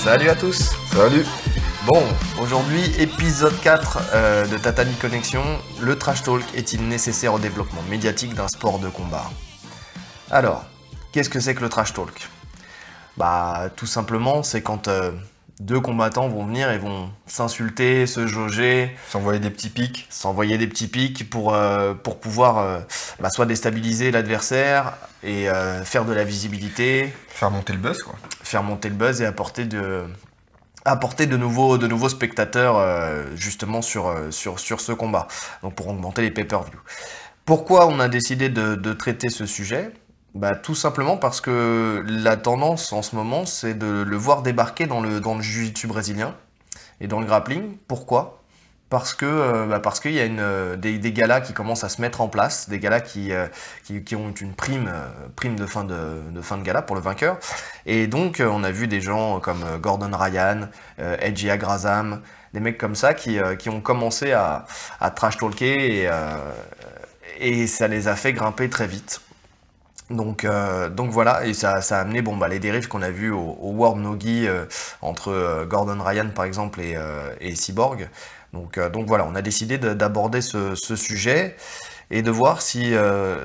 Salut à tous. Salut. Bon, aujourd'hui, épisode 4 de Tatami Connexion. Le trash talk est-il nécessaire au développement médiatique d'un sport de combat? Alors, qu'est-ce que c'est que le trash talk? Bah, tout simplement, c'est quand deux combattants vont venir et vont s'insulter, se jauger, S'envoyer des petits pics. s'envoyer des petits pics pour pouvoir soit déstabiliser l'adversaire et faire de la visibilité, Faire monter le buzz, quoi. faire monter le buzz et apporter de nouveaux spectateurs justement sur ce combat, donc pour augmenter les pay-per-view. Pourquoi on a décidé de traiter ce sujet? Bah, tout simplement parce que la tendance en ce moment, c'est de le voir débarquer dans le jiu-jitsu brésilien et dans le grappling. Pourquoi? Parce qu'il y a des galas qui commencent à se mettre en place, des galas qui ont une prime de fin de gala pour le vainqueur. Et donc on a vu des gens comme Gordon Ryan, Edgy Agrazam, des mecs comme ça qui ont commencé à trash talker et ça les a fait grimper très vite. Donc voilà, et ça a amené les dérives qu'on a vues au World Nogi entre Gordon Ryan par exemple et Cyborg. Donc voilà, on a décidé d'aborder ce sujet et de voir si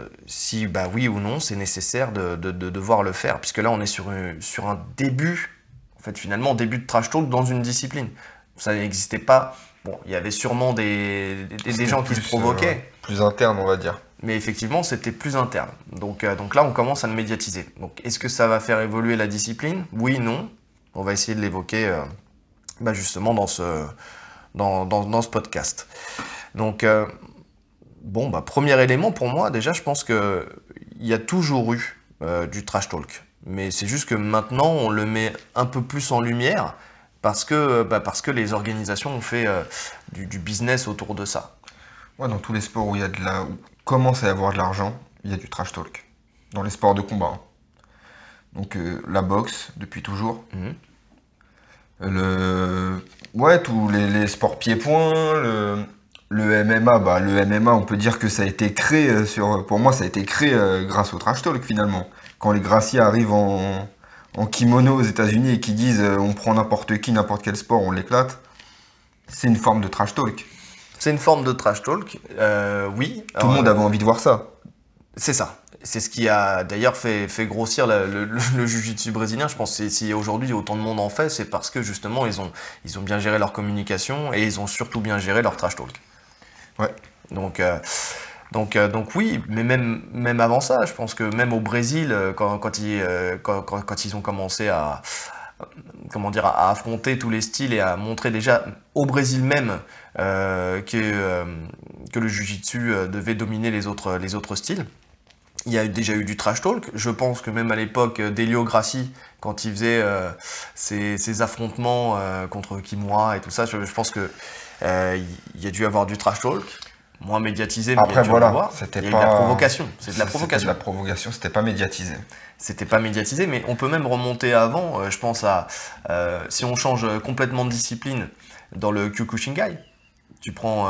oui ou non c'est nécessaire de devoir le faire, puisque là on est sur un début, en fait finalement début de trash talk dans une discipline. Ça n'existait pas. Bon, il y avait sûrement des gens qui se provoquaient. Plus interne, on va dire. Mais effectivement, c'était plus interne. Donc là, on commence à le médiatiser. Donc, est-ce que ça va faire évoluer la discipline? Oui, non. On va essayer de l'évoquer justement dans ce podcast. Donc, premier élément pour moi, déjà, je pense qu'il y a toujours eu du trash talk. Mais c'est juste que maintenant, on le met un peu plus en lumière parce que les organisations ont fait du business autour de ça. Ouais, dans tous les sports où où commence à y avoir de l'argent, il y a du trash talk. Dans les sports de combat, hein. Donc la boxe, depuis toujours. Tous les sports pieds-points, le MMA, le MMA, on peut dire que ça a été créé pour moi, ça a été créé grâce au trash talk finalement. Quand les graciers arrivent en kimono aux États-Unis et qui disent on prend n'importe qui, n'importe quel sport, on l'éclate, c'est une forme de trash talk. C'est une forme de trash talk, oui. Tout le monde avait envie de voir ça. C'est ça. C'est ce qui a d'ailleurs fait grossir le jiu-jitsu brésilien. Je pense que si aujourd'hui autant de monde en fait, c'est parce que justement ils ont bien géré leur communication et ils ont surtout bien géré leur trash talk. Ouais. Donc oui, mais même avant ça, je pense que même au Brésil, quand ils ont commencé à affronter tous les styles et à montrer déjà au Brésil même que le jiu-jitsu devait dominer les autres styles. Il y a déjà eu du trash talk. Je pense que même à l'époque d'Helio Gracie, quand il faisait ses affrontements contre Kimura et tout ça, je pense que il y a dû avoir du trash talk, moins médiatisé, mais Après, il y a dû en avoir. c'était Il y a eu pas... de la provocation. C'est de la C'était de provocation. la provocation, c'était pas médiatisé. C'était pas médiatisé, mais on peut même remonter avant. Je pense à si on change complètement de discipline dans le Kyokushinkai, tu prends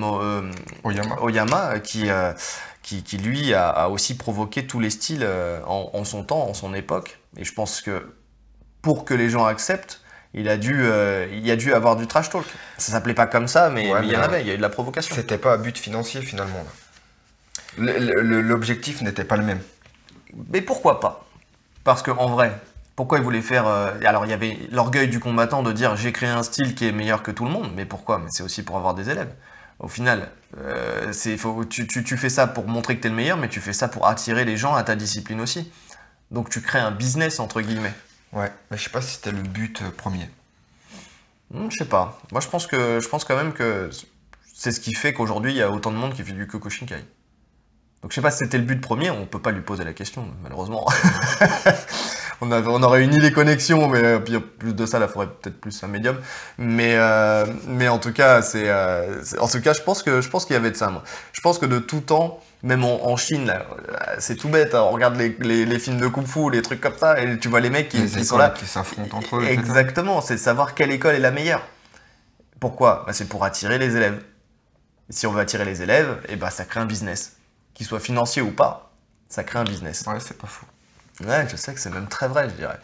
Oyama qui lui a aussi provoqué tous les styles en son temps, en son époque. Et je pense que pour que les gens acceptent, il y a dû avoir du trash talk. Ça s'appelait pas comme ça, mais il y en avait, il y a eu de la provocation. C'était pas à but financier finalement. L'objectif n'était pas le même. Mais pourquoi pas? Parce qu'en vrai, pourquoi ils voulaient faire... alors il y avait l'orgueil du combattant de dire j'ai créé un style qui est meilleur que tout le monde, mais pourquoi? Mais c'est aussi pour avoir des élèves. Au final, tu fais ça pour montrer que tu es le meilleur, mais tu fais ça pour attirer les gens à ta discipline aussi. Donc tu crées un business entre guillemets. Ouais, mais je sais pas si c'était le but premier. Je sais pas. Moi je pense quand même que c'est ce qui fait qu'aujourd'hui il y a autant de monde qui fait du Kyokushinkai. Donc je sais pas si c'était le but premier, on peut pas lui poser la question, malheureusement. On aurait uni les connexions, mais puis en plus de ça, là, faudrait peut-être plus un médium. Mais en tout cas, je pense qu'il y avait de ça. Moi. Je pense que de tout temps, même en Chine, là, c'est tout bête. Hein, on regarde les films de kung-fu, les trucs comme ça, et tu vois les mecs qui sont là, qui s'affrontent entre eux. Exactement, c'est de savoir quelle école est la meilleure. Pourquoi? C'est pour attirer les élèves. Et si on veut attirer les élèves, ça crée un business. Qu'il soit financier ou pas, ça crée un business. Ouais, c'est pas fou. Ouais, je sais que c'est même très vrai, je dirais.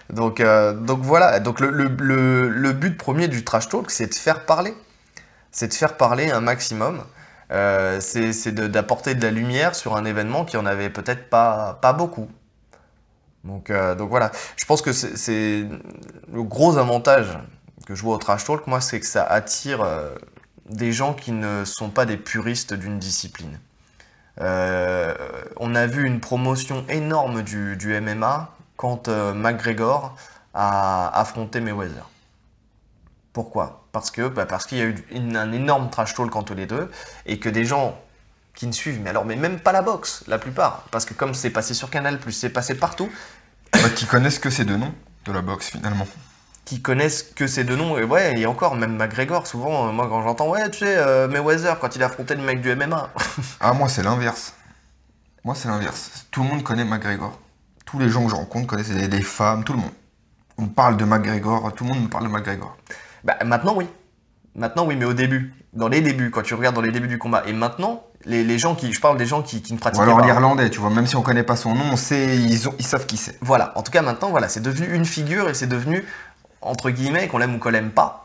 Donc voilà, donc le but premier du trash talk, c'est de faire parler. C'est de faire parler un maximum. D'apporter de la lumière sur un événement qui en avait peut-être pas beaucoup. Donc voilà, je pense que c'est le gros avantage que je vois au trash talk, moi, c'est que ça attire des gens qui ne sont pas des puristes d'une discipline. Euh, on a vu une promotion énorme du MMA quand McGregor a affronté Mayweather. Pourquoi? Parce qu'il y a eu un énorme trash talk entre les deux et que des gens qui ne suivent, mais même pas la boxe, la plupart, parce que comme c'est passé sur Canal+, c'est passé partout, Bah, qui connaissent que ces deux noms de la boxe finalement. qui connaissent que ces deux noms, et ouais, et encore, même McGregor, souvent, moi quand j'entends, ouais, tu sais, Mayweather, quand il a affronté le mec du MMA. Ah, moi c'est l'inverse. Moi c'est l'inverse. Tout le monde connaît McGregor. Tous les gens que je rencontre connaissent les femmes, tout le monde. On me parle de McGregor, tout le monde me parle de McGregor. Bah, maintenant, oui. Maintenant, oui, mais au début, dans les débuts, quand tu regardes dans les débuts du combat, et maintenant, les gens je parle des gens qui ne Ou pratiquaient alors pas. l'Irlandais, tu vois, même si on connaît pas son nom, on sait, ils savent qui c'est. Voilà, en tout cas maintenant, voilà, c'est devenu une figure et c'est devenu, entre guillemets, qu'on l'aime ou qu'on l'aime pas,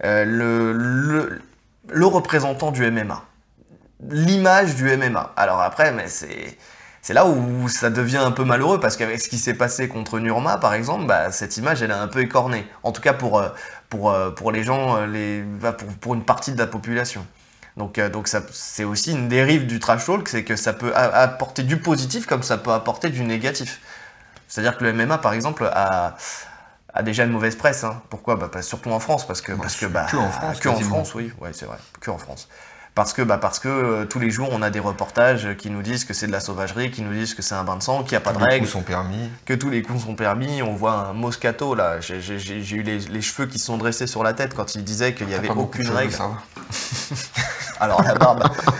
le représentant du MMA. L'image du MMA. Alors après, mais c'est là où ça devient un peu malheureux parce qu'avec ce qui s'est passé contre Nurma, par exemple, bah, cette image elle est un peu écornée. En tout cas pour les gens, pour une partie de la population. Donc ça, c'est aussi une dérive du trash talk, c'est que ça peut apporter du positif comme ça peut apporter du négatif. C'est-à-dire que le MMA, par exemple, a déjà une mauvaise presse. Hein. Pourquoi? Surtout en France, parce que Que en France, que en quasiment. France, oui, ouais, c'est vrai, que en France. Parce que tous les jours on a des reportages qui nous disent que c'est de la sauvagerie, qui nous disent que c'est un bain de sang, qu'il n'y a pas de Les règles, coups sont permis. que tous les coups sont permis. On voit un Moscato là, j'ai eu les cheveux qui se sont dressés sur la tête quand il disait qu'il n'y T'as avait pas beaucoup de aucune cheveux, règle. ça va. Alors la barbe,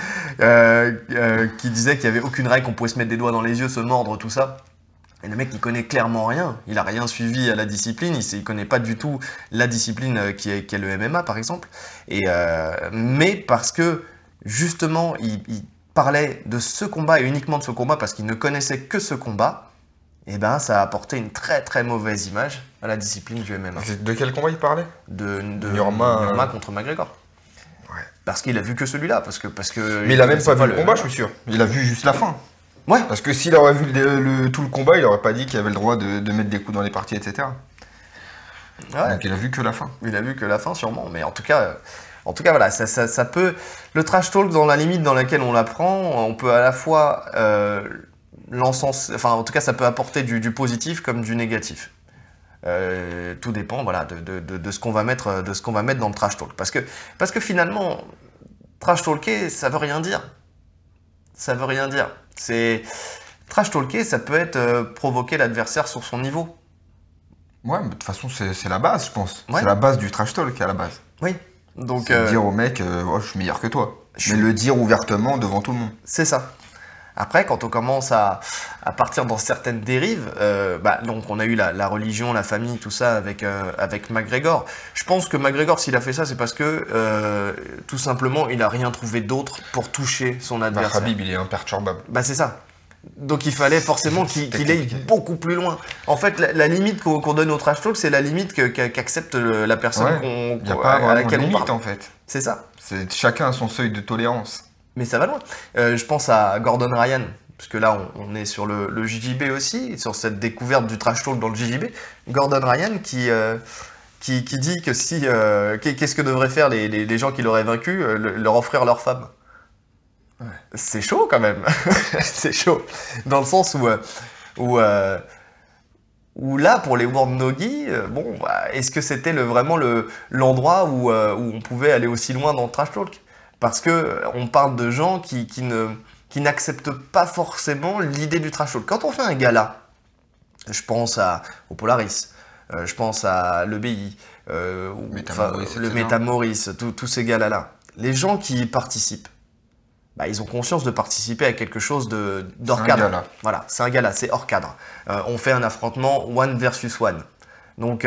qui disait qu'il n'y avait aucune règle, qu'on pouvait se mettre des doigts dans les yeux, se mordre, tout ça. Et le mec, il connaît clairement rien. Il a rien suivi à la discipline. Il connaît pas du tout la discipline qui est le MMA, par exemple. Mais parce que, justement, il parlait de ce combat et uniquement de ce combat parce qu'il ne connaissait que ce combat, et ben, ça a apporté une très très mauvaise image à la discipline du MMA. De quel combat il parlait? De Nurma, contre McGregor. Ouais. Parce qu'il a vu que celui-là. Parce que Mais il a même pas vu le combat, MMA. je suis sûr. Il a vu juste la fin. Ouais, Parce que s'il aurait vu tout le combat, il aurait pas dit qu'il avait le droit de mettre des coups dans les parties, etc. ouais. Donc il a vu que la fin. Il a vu que la fin, sûrement. Mais en tout cas voilà, ça peut. Le trash talk, dans la limite dans laquelle on l'apprend, on peut à la fois enfin, en tout cas, ça peut apporter du positif comme du négatif. Tout dépend, voilà, de ce qu'on va mettre, dans le trash talk. Parce que finalement, trash talker, ça veut rien dire. Ça veut rien dire. Trash talker, ça peut être provoquer l'adversaire sur son niveau. Ouais, mais de toute façon, c'est la base, je pense. Ouais. C'est la base du trash talk à la base. Oui. Donc, C'est de dire au mec, oh, je suis meilleur que toi. Je Mais suis- le dire ouvertement devant tout le monde. c'est ça. Après, quand on commence à partir dans certaines dérives, donc on a eu la religion, la famille, tout ça avec McGregor. Je pense que McGregor, s'il a fait ça, c'est parce que tout simplement, il a rien trouvé d'autre pour toucher son Bah, adversaire. Khabib, il est imperturbable. Bah c'est ça. Donc il fallait forcément qu'il aille compliqué. beaucoup plus loin. En fait, la limite qu'on donne au trash talk, c'est la limite qu'accepte la personne Ouais. Il n'y a pas à vraiment de laquelle on limite, parle. en fait. C'est ça. Chacun a son seuil de tolérance. Mais ça va loin. Je pense à Gordon Ryan, parce que là, on est sur le JJB aussi, sur cette découverte du trash talk dans le JJB. Gordon Ryan qui dit que qu'est-ce que devraient faire les gens qui l'auraient vaincu, leur offrir leur femme. Ouais. C'est chaud quand même. C'est chaud. Dans le sens où, euh, où là, pour les World Nogi, est-ce que c'était vraiment l'endroit où on pouvait aller aussi loin dans le trash talk? Parce que on parle de gens qui n'acceptent pas forcément l'idée du trash talk. Quand on fait un gala, je pense au Polaris, je pense à l'EBI, Métamoris, le etc. Métamoris, tous ces galas-là. Les gens qui y participent, ils ont conscience de participer à quelque chose d'hors C'est un cadre. gala. Voilà, c'est un gala, c'est hors cadre. On fait un affrontement one versus one. Donc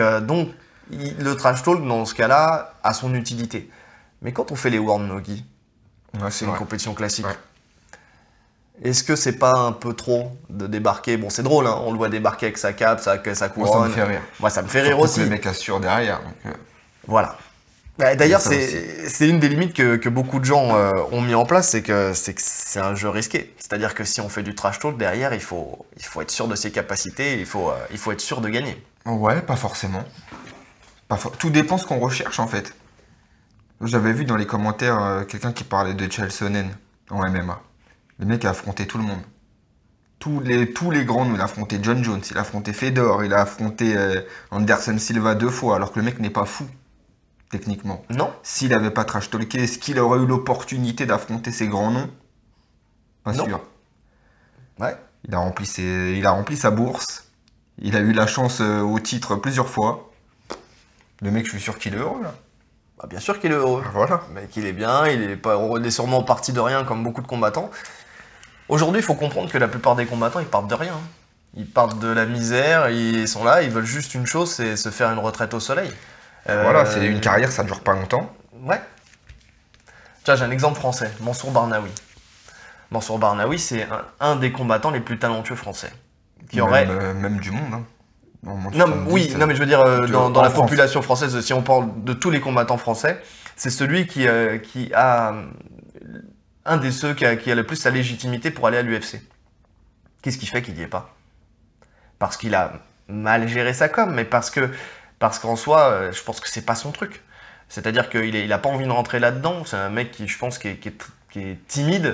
le trash talk, dans ce cas-là, a son utilité. Mais quand on fait les World Nogi, Ouais, c'est une vrai. compétition classique. Ouais. Est-ce que c'est pas un peu trop de débarquer? Bon, c'est drôle, hein, on le voit débarquer avec sa cape, sa Moi, ça me couronne. fait rire. Moi, ça me fait rire Surtout que aussi. le mec assure derrière. Donc, Voilà. il y a D'ailleurs, ça aussi. c'est une des limites que beaucoup de gens ont mis en place, c'est un jeu risqué. C'est-à-dire que si on fait du trash talk derrière, il faut être sûr de ses capacités, il faut être sûr de gagner. Ouais, pas forcément. Tout dépend ce qu'on recherche en fait. J'avais vu dans les commentaires quelqu'un qui parlait de Chael Sonnen en MMA. Le mec a affronté tout le monde. Tous les grands noms. Il a affronté John Jones, il a affronté Fedor, il a affronté Anderson Silva 2 fois, alors que le mec n'est pas fou, techniquement. Non? S'il n'avait pas trash talké, est-ce qu'il aurait eu l'opportunité d'affronter ces grands noms? Pas Non? sûr. Ouais. Il a rempli sa bourse. Il a eu la chance au titre plusieurs fois. Le mec, je suis sûr qu'il est heureux là. Bah, bien sûr qu'il est heureux. Voilà. Mais qu'il est bien, il est sûrement parti de rien comme beaucoup de combattants. Aujourd'hui, il faut comprendre que la plupart des combattants, ils partent de rien. Ils partent de la misère, ils sont là, ils veulent juste une chose, c'est se faire une retraite au soleil. Voilà, c'est une Euh, carrière, ça dure pas longtemps. Ouais. Tiens, j'ai un exemple français, Mansour Barnaoui. Mansour Barnaoui, c'est un des combattants les plus talentueux français. Qui aurait... Même du monde. Hein. En moins de Non, 70, oui, non, mais je veux dire, dans en la France. population française, si on parle de tous les combattants français, c'est celui qui a un des ceux qui a le plus sa légitimité pour aller à l'UFC. Qu'est-ce qui fait qu'il n'y est pas? Parce qu'il a mal géré sa com, mais parce qu'en soi, je pense que c'est pas son truc. C'est-à-dire qu'il a pas envie de rentrer là-dedans. C'est un mec qui, je pense, qui est timide,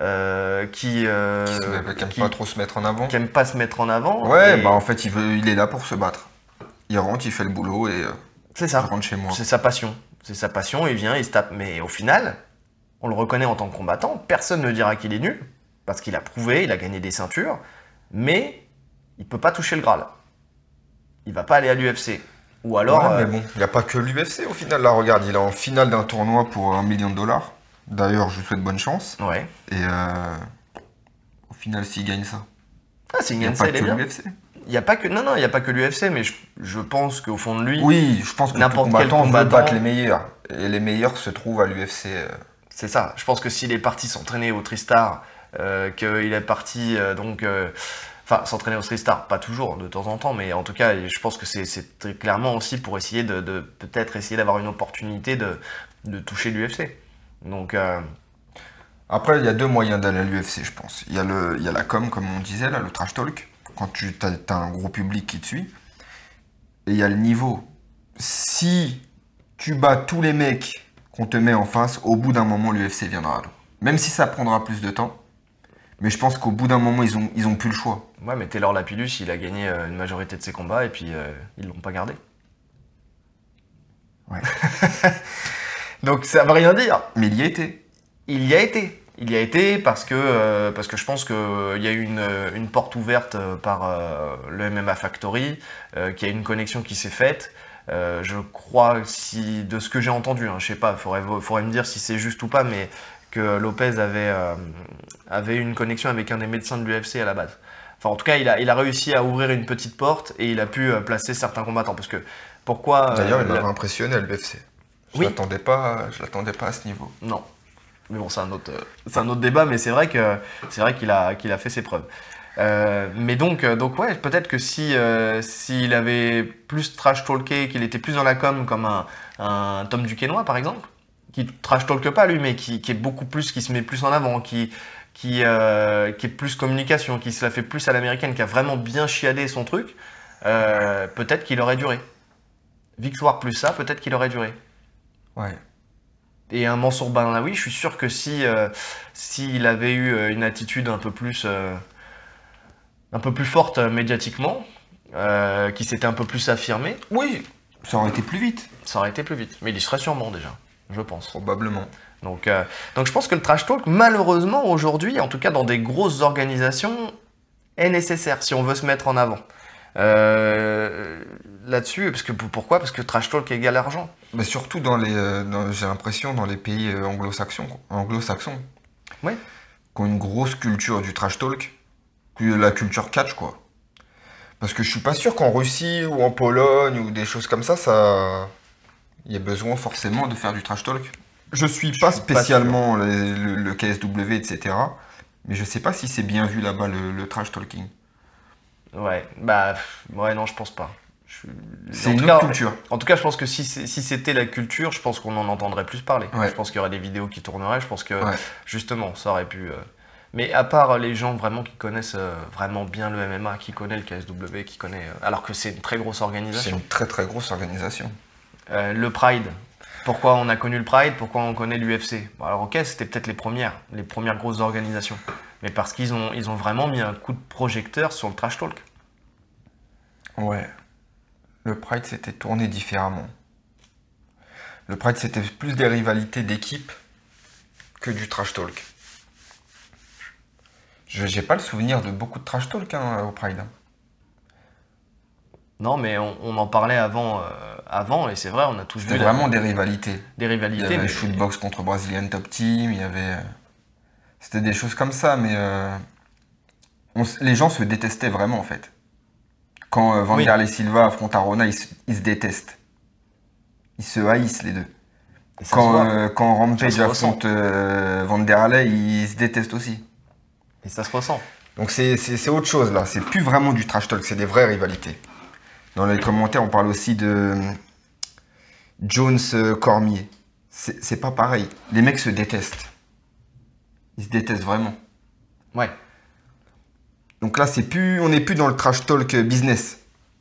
Qui aime pas trop se mettre en avant. qui aime pas se mettre en avant. Ouais, Et bah en fait, il est là pour se battre. Il rentre, il fait le boulot et c'est je ça. rentre chez moi. C'est sa passion. C'est sa passion. Il vient, il se tape. Mais au final, on le reconnaît en tant que combattant. Personne ne dira qu'il est nul parce qu'il a prouvé, il a gagné des ceintures, mais il peut pas toucher le Graal. Il va pas aller à l'UFC. Ou alors, Ouais, mais bon, il n'y a pas que l'UFC au final. Là, regarde, il est en finale d'un tournoi pour 1 million de dollars. D'ailleurs, je lui souhaite bonne chance. ouais. Et au final, s'il gagne ça, Ah, si il n'y a Ngannou, pas il que est bien. l'UFC. Il y a pas que non, il y a pas que l'UFC, mais je pense qu'au fond de lui, Oui, je pense que tout n'importe quel combattant veut combattant, battre les meilleurs. Et les meilleurs se trouvent à l'UFC. c'est ça. Je pense que s'il est parti s'entraîner au Tristar, qu'il est parti enfin s'entraîner au Tristar, pas toujours, de temps en temps, mais en tout cas, je pense que c'est très clairement aussi pour essayer de peut-être essayer d'avoir une opportunité de toucher l'UFC. Donc Après, il y a deux moyens d'aller à l'UFC, je pense. Il y a la com, comme on disait, là, le trash talk, quand tu as un gros public qui te suit. Et il y a le niveau. Si tu bats tous les mecs qu'on te met en face, au bout d'un moment, l'UFC viendra à l'eau. Même si ça prendra plus de temps. Mais je pense qu'au bout d'un moment, ils ont plus le choix. ouais, mais Taylor Lapillus, il a gagné une majorité de ses combats et puis ils l'ont pas gardé. Ouais. Donc ça veut rien dire. Mais il y a été. Il y a été. Il y a été parce que je pense qu'il y a eu une porte ouverte par le MMA Factory, qu'il y a une connexion qui s'est faite. Je crois, si, de ce que j'ai entendu, hein, je sais pas, faudrait me dire si c'est juste ou pas, mais que Lopez avait une connexion avec un des médecins de l'UFC à la base. Enfin, en tout cas, il a réussi à ouvrir une petite porte et il a pu placer certains combattants. Parce que pourquoi D'ailleurs, il m'avait impressionné à l'UFC. Oui. Je l'attendais pas à ce niveau. Non. Mais bon, c'est un autre débat, mais c'est vrai qu'il a fait ses preuves. Mais donc ouais, peut-être que s'il avait plus trash talké, qu'il était plus dans la com comme un Tom Duquesnoy par exemple, qui trash talke pas lui, mais qui est beaucoup plus, qui se met plus en avant, qui est plus communication, qui se la fait plus à l'américaine, qui a vraiment bien chiadé son truc, peut-être qu'il aurait duré. Victoire plus ça, peut-être qu'il aurait duré. Ouais. Et un Mansour Barnaoui, je suis sûr que s'il avait eu une attitude un peu plus forte médiatiquement, qui s'était un peu plus affirmé, Oui, ça aurait été plus vite, ça aurait été plus vite. Mais il y serait sûrement déjà, je pense. probablement. Donc je pense que le trash talk, malheureusement aujourd'hui, en tout cas dans des grosses organisations, est nécessaire si on veut se mettre en avant. Là-dessus, pourquoi? Parce que trash talk égale argent. Mais surtout j'ai l'impression dans les pays anglo-saxons, Oui. qui ont une grosse culture du trash talk, la culture catch quoi. Parce que je suis pas sûr qu'en Russie ou en Pologne ou des choses comme ça, il y a besoin forcément de faire du trash talk. Je suis pas suis pas spécialement le KSW, etc. Mais je sais pas si c'est bien vu là-bas le trash talking. Ouais, bah, ouais, non, je pense pas. C'est une autre culture. En tout cas, je pense que si c'était la culture, je pense qu'on en entendrait plus parler. Je Ouais, pense qu'il y aurait des vidéos qui tourneraient. Je pense que, ouais. justement, ça aurait pu. Mais à part les gens vraiment qui connaissent vraiment bien le MMA, qui connaissent le KSW, qui connaissent. Alors que c'est une très grosse C'est organisation. une très très grosse organisation. Le Pride. Pourquoi on a connu le Pride? Pourquoi on connaît l'UFC? Bon, alors, ok, c'était peut-être les premières grosses organisations. Mais parce ils ont vraiment mis un coup de projecteur sur le trash talk. Ouais. Le Pride s'était tourné différemment. Le Pride c'était plus des rivalités d'équipe que du trash talk. J'ai pas le souvenir de beaucoup de trash talk hein, au Pride, hein. Non, mais on en parlait avant, et c'est vrai, on a tous C'était vu vraiment des rivalités. des Il y rivalités, avait mais Shootbox contre Brazilian Top Team, il y avait. C'était des choses comme ça, mais les gens se détestaient vraiment en fait. Quand oui, Vanderlei Silva affronte Arona, ils se détestent. Ils se haïssent les deux. et ça se voit, Quand ça Rampage se ressent, affronte Vanderlei, ils se détestent aussi. et ça se ressent. Donc c'est autre chose là, c'est plus vraiment du trash talk, c'est des vraies rivalités. Dans les commentaires, on parle aussi de Jones Cormier. C'est pas pareil. Les mecs se détestent. Ils se détestent vraiment. Ouais, Donc là, on n'est plus dans le trash talk business.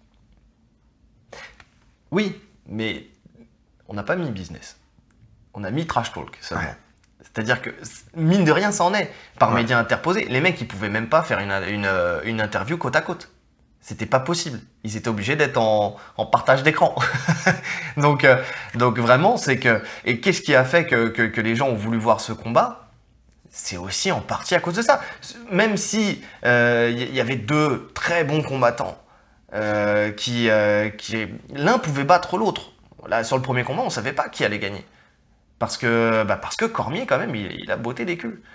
oui, mais on n'a pas mis business, on a mis trash talk seulement. Ouais. C'est-à-dire que, mine de rien, ça en est. Par Ouais. médias interposés, les mecs, ils pouvaient même pas faire une interview côte à côte. C'était pas possible. Ils étaient obligés d'être en partage d'écran. donc, donc vraiment, c'est que... Et qu'est-ce qui a fait que les gens ont voulu voir ce combat? C'est aussi en partie à cause de ça. Même si y avait deux très bons combattants, l'un pouvait battre l'autre. Là, sur le premier combat, on savait pas qui allait gagner. Parce que Cormier, quand même, il a botté des culs.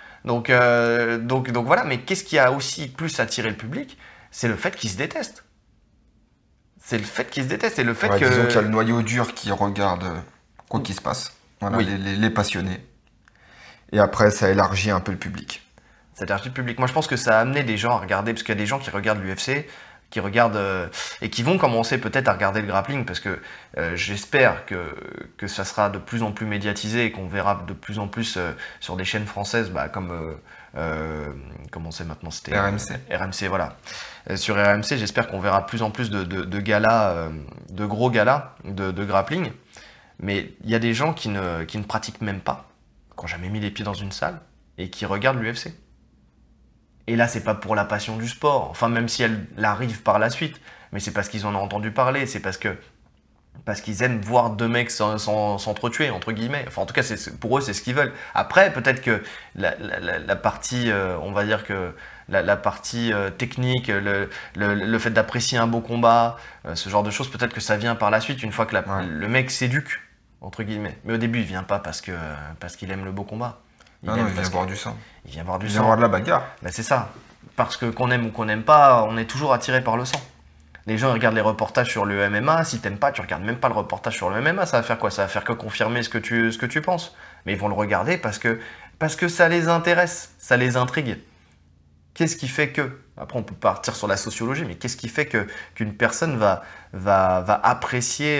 Donc voilà, mais qu'est-ce qui a aussi plus attiré le public? C'est le fait qu'ils se détestent. C'est le fait qu'ils se détestent et le fait Ouais, disons qu'il y a que... le noyau dur qui regarde quoi qu'il se passe. Voilà, Oui, les passionnés. Et après, ça élargit un peu le public. ça élargit le public. Moi, je pense que ça a amené des gens à regarder, parce qu'il y a des gens qui regardent l'UFC, qui regardent et qui vont commencer peut-être à regarder le grappling, parce que j'espère que ça sera de plus en plus médiatisé et qu'on verra de plus en plus sur des chaînes françaises, comme comment c'est maintenant, c'était RMC. RMC, voilà. Sur RMC, j'espère qu'on verra de plus en plus de galas, de gros galas de grappling. Mais il y a des gens qui ne pratiquent même pas, qui n'ont jamais mis les pieds dans une salle et qui regardent l'UFC. Et là, c'est pas pour la passion du sport, enfin même si elle arrive par la suite, mais c'est parce qu'ils en ont entendu parler, c'est parce qu'ils aiment voir deux mecs s'entretuer, entre guillemets. Enfin, en tout cas, pour eux, c'est ce qu'ils veulent. Après, peut-être que la partie, on va dire que la partie technique, le fait d'apprécier un beau combat, ce genre de choses, peut-être que ça vient par la suite, une fois que Ouais. le mec s'éduque, entre guillemets. Mais au début, il vient pas parce qu'il aime le beau combat. Non, Il non, aime il vient parce voir que du sang. il vient voir du Il vient voir sang. de la bagarre. Ben, c'est ça. Parce que qu'on aime ou qu'on n'aime pas, on est toujours attiré par le sang. Les gens ils regardent les reportages sur le MMA, si t'aimes pas, tu regardes même pas le reportage sur le MMA, ça va faire quoi? Ça va faire que confirmer ce que tu penses. Mais ils vont le regarder parce que ça les intéresse, ça les intrigue. Qu'est-ce qui fait que, après on peut partir sur la sociologie, mais qu'est-ce qui fait qu'une personne va apprécier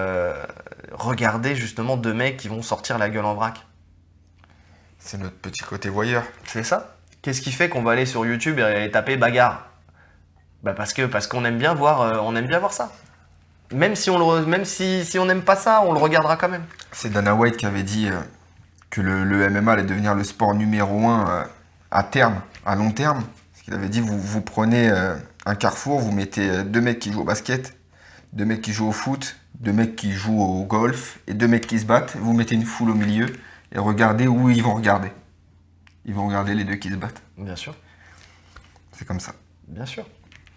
regarder justement deux mecs qui vont sortir la gueule en vrac? C'est notre petit côté voyeur. C'est ça. Qu'est-ce qui fait qu'on va aller sur YouTube et taper bagarre? Bah parce qu'on aime bien voir ça. Même si on n'aime pas ça, on le regardera quand même. C'est Dana White qui avait dit que le MMA allait devenir le sport numéro un à terme, à long terme. Parce qu'il avait dit, vous prenez un carrefour, vous mettez deux mecs qui jouent au basket, deux mecs qui jouent au foot, deux mecs qui jouent au golf et deux mecs qui se battent. Vous mettez une foule au milieu et regardez où ils vont regarder. Ils vont regarder les deux qui se battent. Bien sûr, C'est comme ça. bien sûr.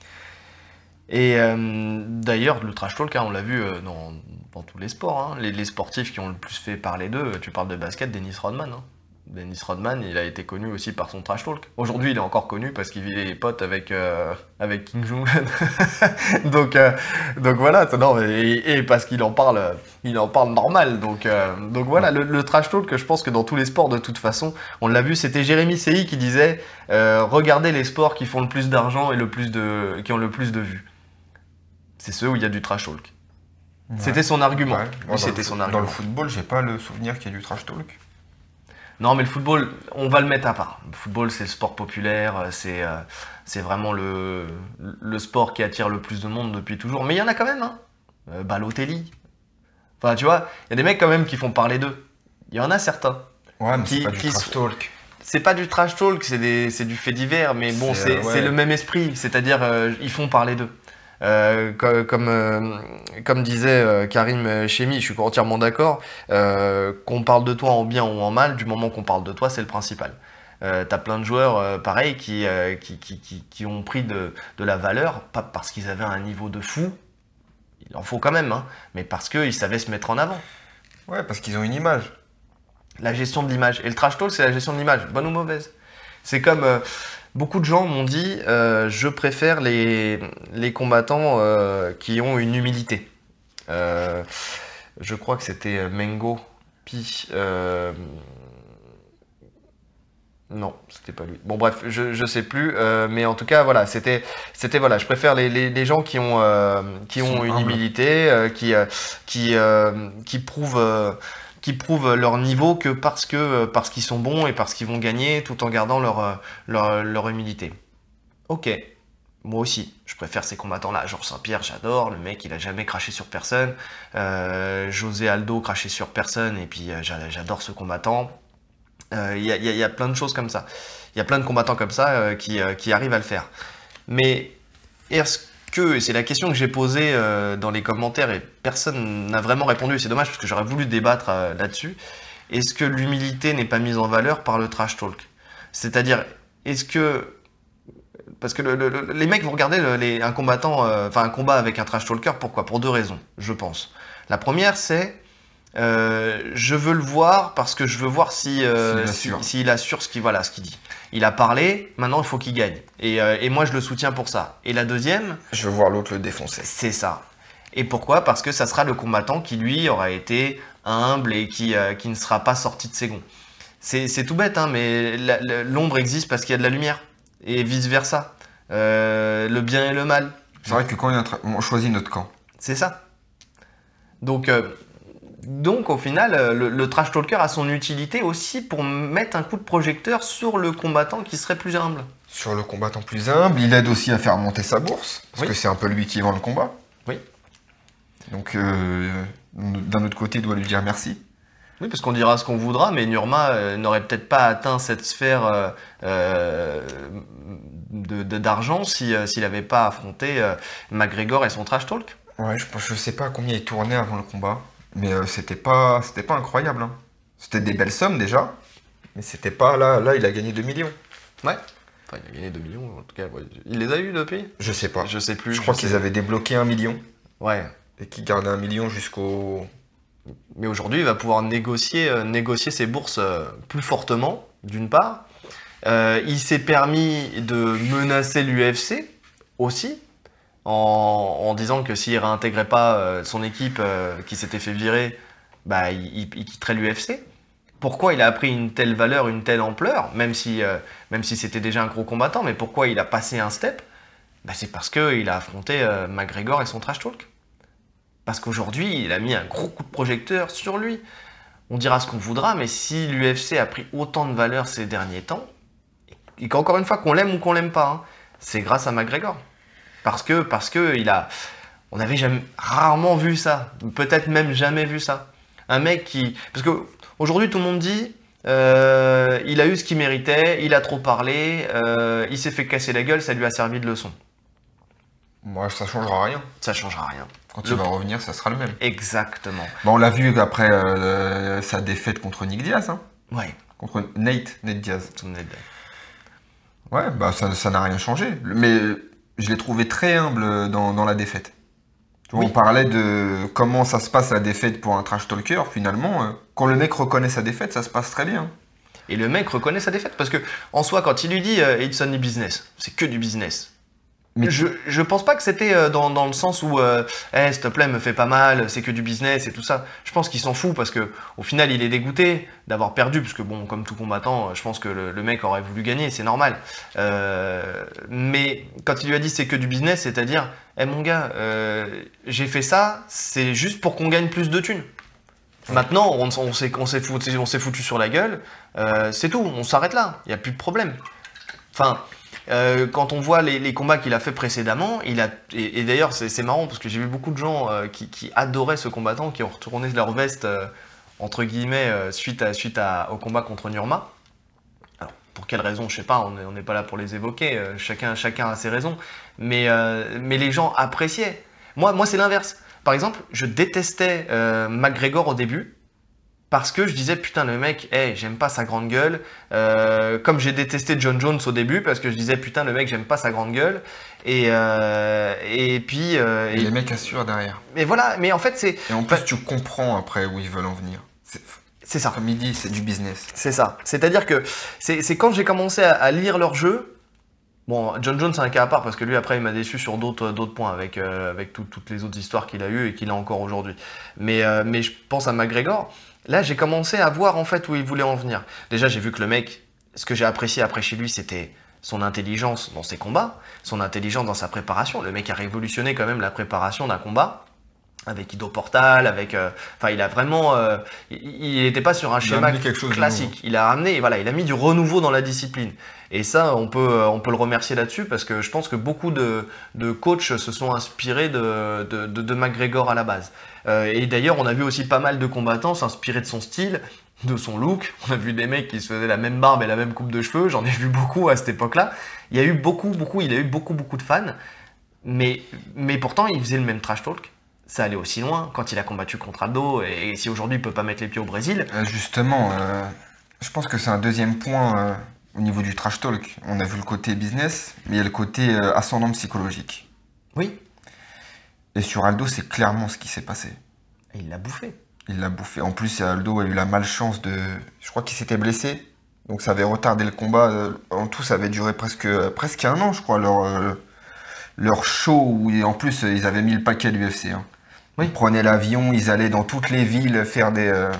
Et d'ailleurs, le trash talk, hein, on l'a vu dans tous les sports, hein. Les sportifs qui ont le plus fait parler d'eux, tu parles de basket, Dennis Rodman, hein. Dennis Rodman, il a été connu aussi par son trash talk. Aujourd'hui, il est encore connu parce qu'il vit les potes avec Kim Jong-un. Donc voilà, non, et parce il en parle normal. Donc voilà, le trash talk, je pense que dans tous les sports, de toute façon, on l'a vu, c'était Jérémy Sehi qui disait regardez les sports qui font le plus d'argent et qui ont le plus de vues. C'est ceux où il y a du trash talk. Ouais. C'était son argument. Ouais. Bon, Lui, c'était son argument. Dans le football, j'ai pas le souvenir qu'il y ait du trash talk. Non, mais le football, on va le mettre à part. Le football, c'est le sport populaire, c'est vraiment le sport qui attire le plus de monde depuis toujours. Mais il y en a quand même, hein. Balotelli. Enfin, tu vois, il y a des mecs quand même qui font parler d'eux. Il y en a certains. Ouais, mais Qui- c'est pas du qui trash talk. C'est pas du trash talk, c'est du fait divers, mais bon, C'est, c'est ouais. le même esprit. C'est-à-dire, ils font parler d'eux. Comme disait Karim Chemi, je suis entièrement d'accord, qu'on parle de toi en bien ou en mal, du moment qu'on parle de toi, c'est le principal. T'as plein de joueurs pareil qui ont pris de la valeur, pas parce qu'ils avaient un niveau de fou, il en faut quand même, hein, mais parce qu'ils savaient se mettre en avant. Ouais, parce qu'ils ont une image. La gestion de l'image. Et le trash talk, c'est la gestion de l'image, bonne ou mauvaise. C'est comme beaucoup de gens m'ont dit, je préfère les combattants qui ont une humilité. Euh, je crois que c'était Mengo, Pi. Non, c'était pas lui. Bon bref, je sais plus, mais en tout cas voilà, voilà, je préfère les gens qui Sont ont une humbles. humilité, qui prouvent leur niveau que parce qu'ils sont bons et parce qu'ils vont gagner tout en gardant leur humilité. Ok, moi aussi, je préfère ces combattants-là. Georges Saint-Pierre, j'adore, le mec il a jamais craché sur personne. José Aldo craché sur personne et puis j'adore ce combattant. Il y a plein de choses comme ça. Il y a plein de combattants comme ça qui arrivent à le faire. Mais est-ce que, et c'est la question que j'ai posée dans les commentaires et personne n'a vraiment répondu, et c'est dommage parce que j'aurais voulu débattre là-dessus, est-ce que l'humilité n'est pas mise en valeur par le trash talk? C'est-à-dire, est-ce que... Parce que les mecs vont regarder un combattant, enfin un combat avec un trash talker, pourquoi? Pour deux raisons, je pense. La première, c'est je veux le voir parce que je veux voir s'il assure ce qu'il dit. Il a parlé, maintenant il faut qu'il gagne. Et moi je le soutiens pour ça. Et la deuxième, Je veux voir l'autre le défoncer. c'est ça. Et pourquoi? Parce que ça sera le combattant qui lui aura été humble et qui ne sera pas sorti de ses gonds. C'est tout bête, hein, mais l'ombre existe parce qu'il y a de la lumière. Et vice versa. Le bien et le mal. C'est vrai que quand il y a on choisit notre camp. C'est ça. Donc, au final, le trash talker a son utilité aussi pour mettre un coup de projecteur sur le combattant qui serait plus humble. Sur le combattant plus humble, il aide aussi à faire monter sa bourse, parce Oui. que c'est un peu lui qui vend le combat. Oui. Donc, d'un autre côté, il doit lui dire merci. Oui, parce qu'on dira ce qu'on voudra, mais Nurma n'aurait peut-être pas atteint cette sphère d'argent s'il n'avait pas affronté McGregor et son trash talk. Ouais, je sais pas combien il tournait avant le combat, mais c'était pas incroyable, hein. C'était des belles sommes déjà, mais c'était pas là, il a gagné 2 millions. Ouais. Enfin, il a gagné 2 millions, en tout cas. Ouais. Il les a eu depuis? Je sais pas. Je sais plus. Je crois qu'ils avaient débloqué 1 million Ouais. et qu'ils gardaient 1 million jusqu'au. Mais aujourd'hui, il va pouvoir négocier ses bourses plus fortement, d'une part. Il s'est permis de menacer l'UFC aussi, en disant que s'il réintégrait pas son équipe qui s'était fait virer, bah, il quitterait l'UFC. Pourquoi il a pris une telle valeur, une telle ampleur, même si c'était déjà un gros combattant, mais pourquoi il a passé un step? Bah, c'est parce qu'il a affronté McGregor et son trash talk. Parce qu'aujourd'hui, il a mis un gros coup de projecteur sur lui. On dira ce qu'on voudra, mais si l'UFC a pris autant de valeur ces derniers temps, et qu'encore une fois, qu'on l'aime ou qu'on l'aime pas, hein, c'est grâce à McGregor. Parce que on avait rarement vu ça, peut-être même jamais vu ça. Un mec qui, parce que aujourd'hui tout le monde dit, il a eu ce qu'il méritait, il a trop parlé, il s'est fait casser la gueule, ça lui a servi de leçon. Moi, ça changera rien. Ça changera rien. Quand il va revenir, ça sera le même. Exactement. Bon, on l'a vu après sa défaite contre Nick Diaz, hein. Ouais. Contre Nate Diaz. Tout le monde est d'accord. Ouais, bah ça n'a rien changé. Mais je l'ai trouvé très humble dans la défaite. Tu vois, Oui. on parlait de comment ça se passe la défaite pour un trash talker. Finalement, quand le mec reconnaît sa défaite, ça se passe très bien. Et le mec reconnaît sa défaite. Parce que, en soi, quand il lui dit It's only business, c'est que du business. Mais Je pense pas que c'était dans le sens où s'il te plaît, me fais pas mal, c'est que du business et tout ça. Je pense qu'il s'en fout parce que au final il est dégoûté d'avoir perdu, parce que bon, comme tout combattant, je pense que le mec aurait voulu gagner, c'est normal. Mais quand il lui a dit c'est que du business, c'est-à-dire, mon gars, j'ai fait ça, c'est juste pour qu'on gagne plus de thunes. Maintenant, on s'est foutu sur la gueule, c'est tout, on s'arrête là, il n'y a plus de problème. Enfin, quand on voit les combats qu'il a fait précédemment, et d'ailleurs c'est marrant parce que j'ai vu beaucoup de gens qui adoraient ce combattant, qui ont retourné leur veste entre guillemets suite au combat contre Nurma. Alors pour quelles raisons, je sais pas, on n'est pas là pour les évoquer, chacun a ses raisons, mais les gens appréciaient. Moi c'est l'inverse. Par exemple, je détestais McGregor au début. Parce que je disais, putain, le mec, hey, j'aime pas sa grande gueule. Comme j'ai détesté John Jones au début, parce que je disais, putain, le mec, j'aime pas sa grande gueule. Et puis. et les mecs assurent derrière. Mais voilà, mais en fait, c'est. Et en plus, tu comprends après où ils veulent en venir. C'est ça. Comme il dit, c'est du business. C'est ça. C'est-à-dire que c'est quand j'ai commencé à lire leur jeu. Bon, John Jones, c'est un cas à part, parce que lui, après, il m'a déçu sur d'autres points, avec toutes les autres histoires qu'il a eues et qu'il a encore aujourd'hui. Mais je pense à McGregor. Là, j'ai commencé à voir en fait où il voulait en venir. Déjà, j'ai vu que le mec, ce que j'ai apprécié après chez lui, c'était son intelligence dans ses combats, son intelligence dans sa préparation. Le mec a révolutionné quand même la préparation d'un combat avec Ido Portal, enfin, il a vraiment, il n'était pas sur un schéma classique. Il a ramené, voilà, il a mis du renouveau dans la discipline. Et ça, on peut le remercier là-dessus parce que je pense que beaucoup de coachs se sont inspirés de McGregor à la base. Et d'ailleurs, on a vu aussi pas mal de combattants s'inspirer de son style, de son look. On a vu des mecs qui se faisaient la même barbe et la même coupe de cheveux. J'en ai vu beaucoup à cette époque-là. Il a eu beaucoup de fans. Mais pourtant, il faisait le même trash talk. Ça allait aussi loin quand il a combattu contre Aldo. Et si aujourd'hui, il peut pas mettre les pieds au Brésil. Justement, je pense que c'est un deuxième point au niveau du trash talk. On a vu le côté business, mais il y a le côté ascendant psychologique. Oui. Et sur Aldo, c'est clairement ce qui s'est passé. Et il l'a bouffé. Il l'a bouffé. En plus, Aldo a eu la malchance de... Je crois qu'il s'était blessé. Donc ça avait retardé le combat. En tout, ça avait duré presque 1 an, je crois, leur show. Où, en plus, ils avaient mis le paquet à l'UFC. Hein. Oui. Ils prenaient l'avion, ils allaient dans toutes les villes faire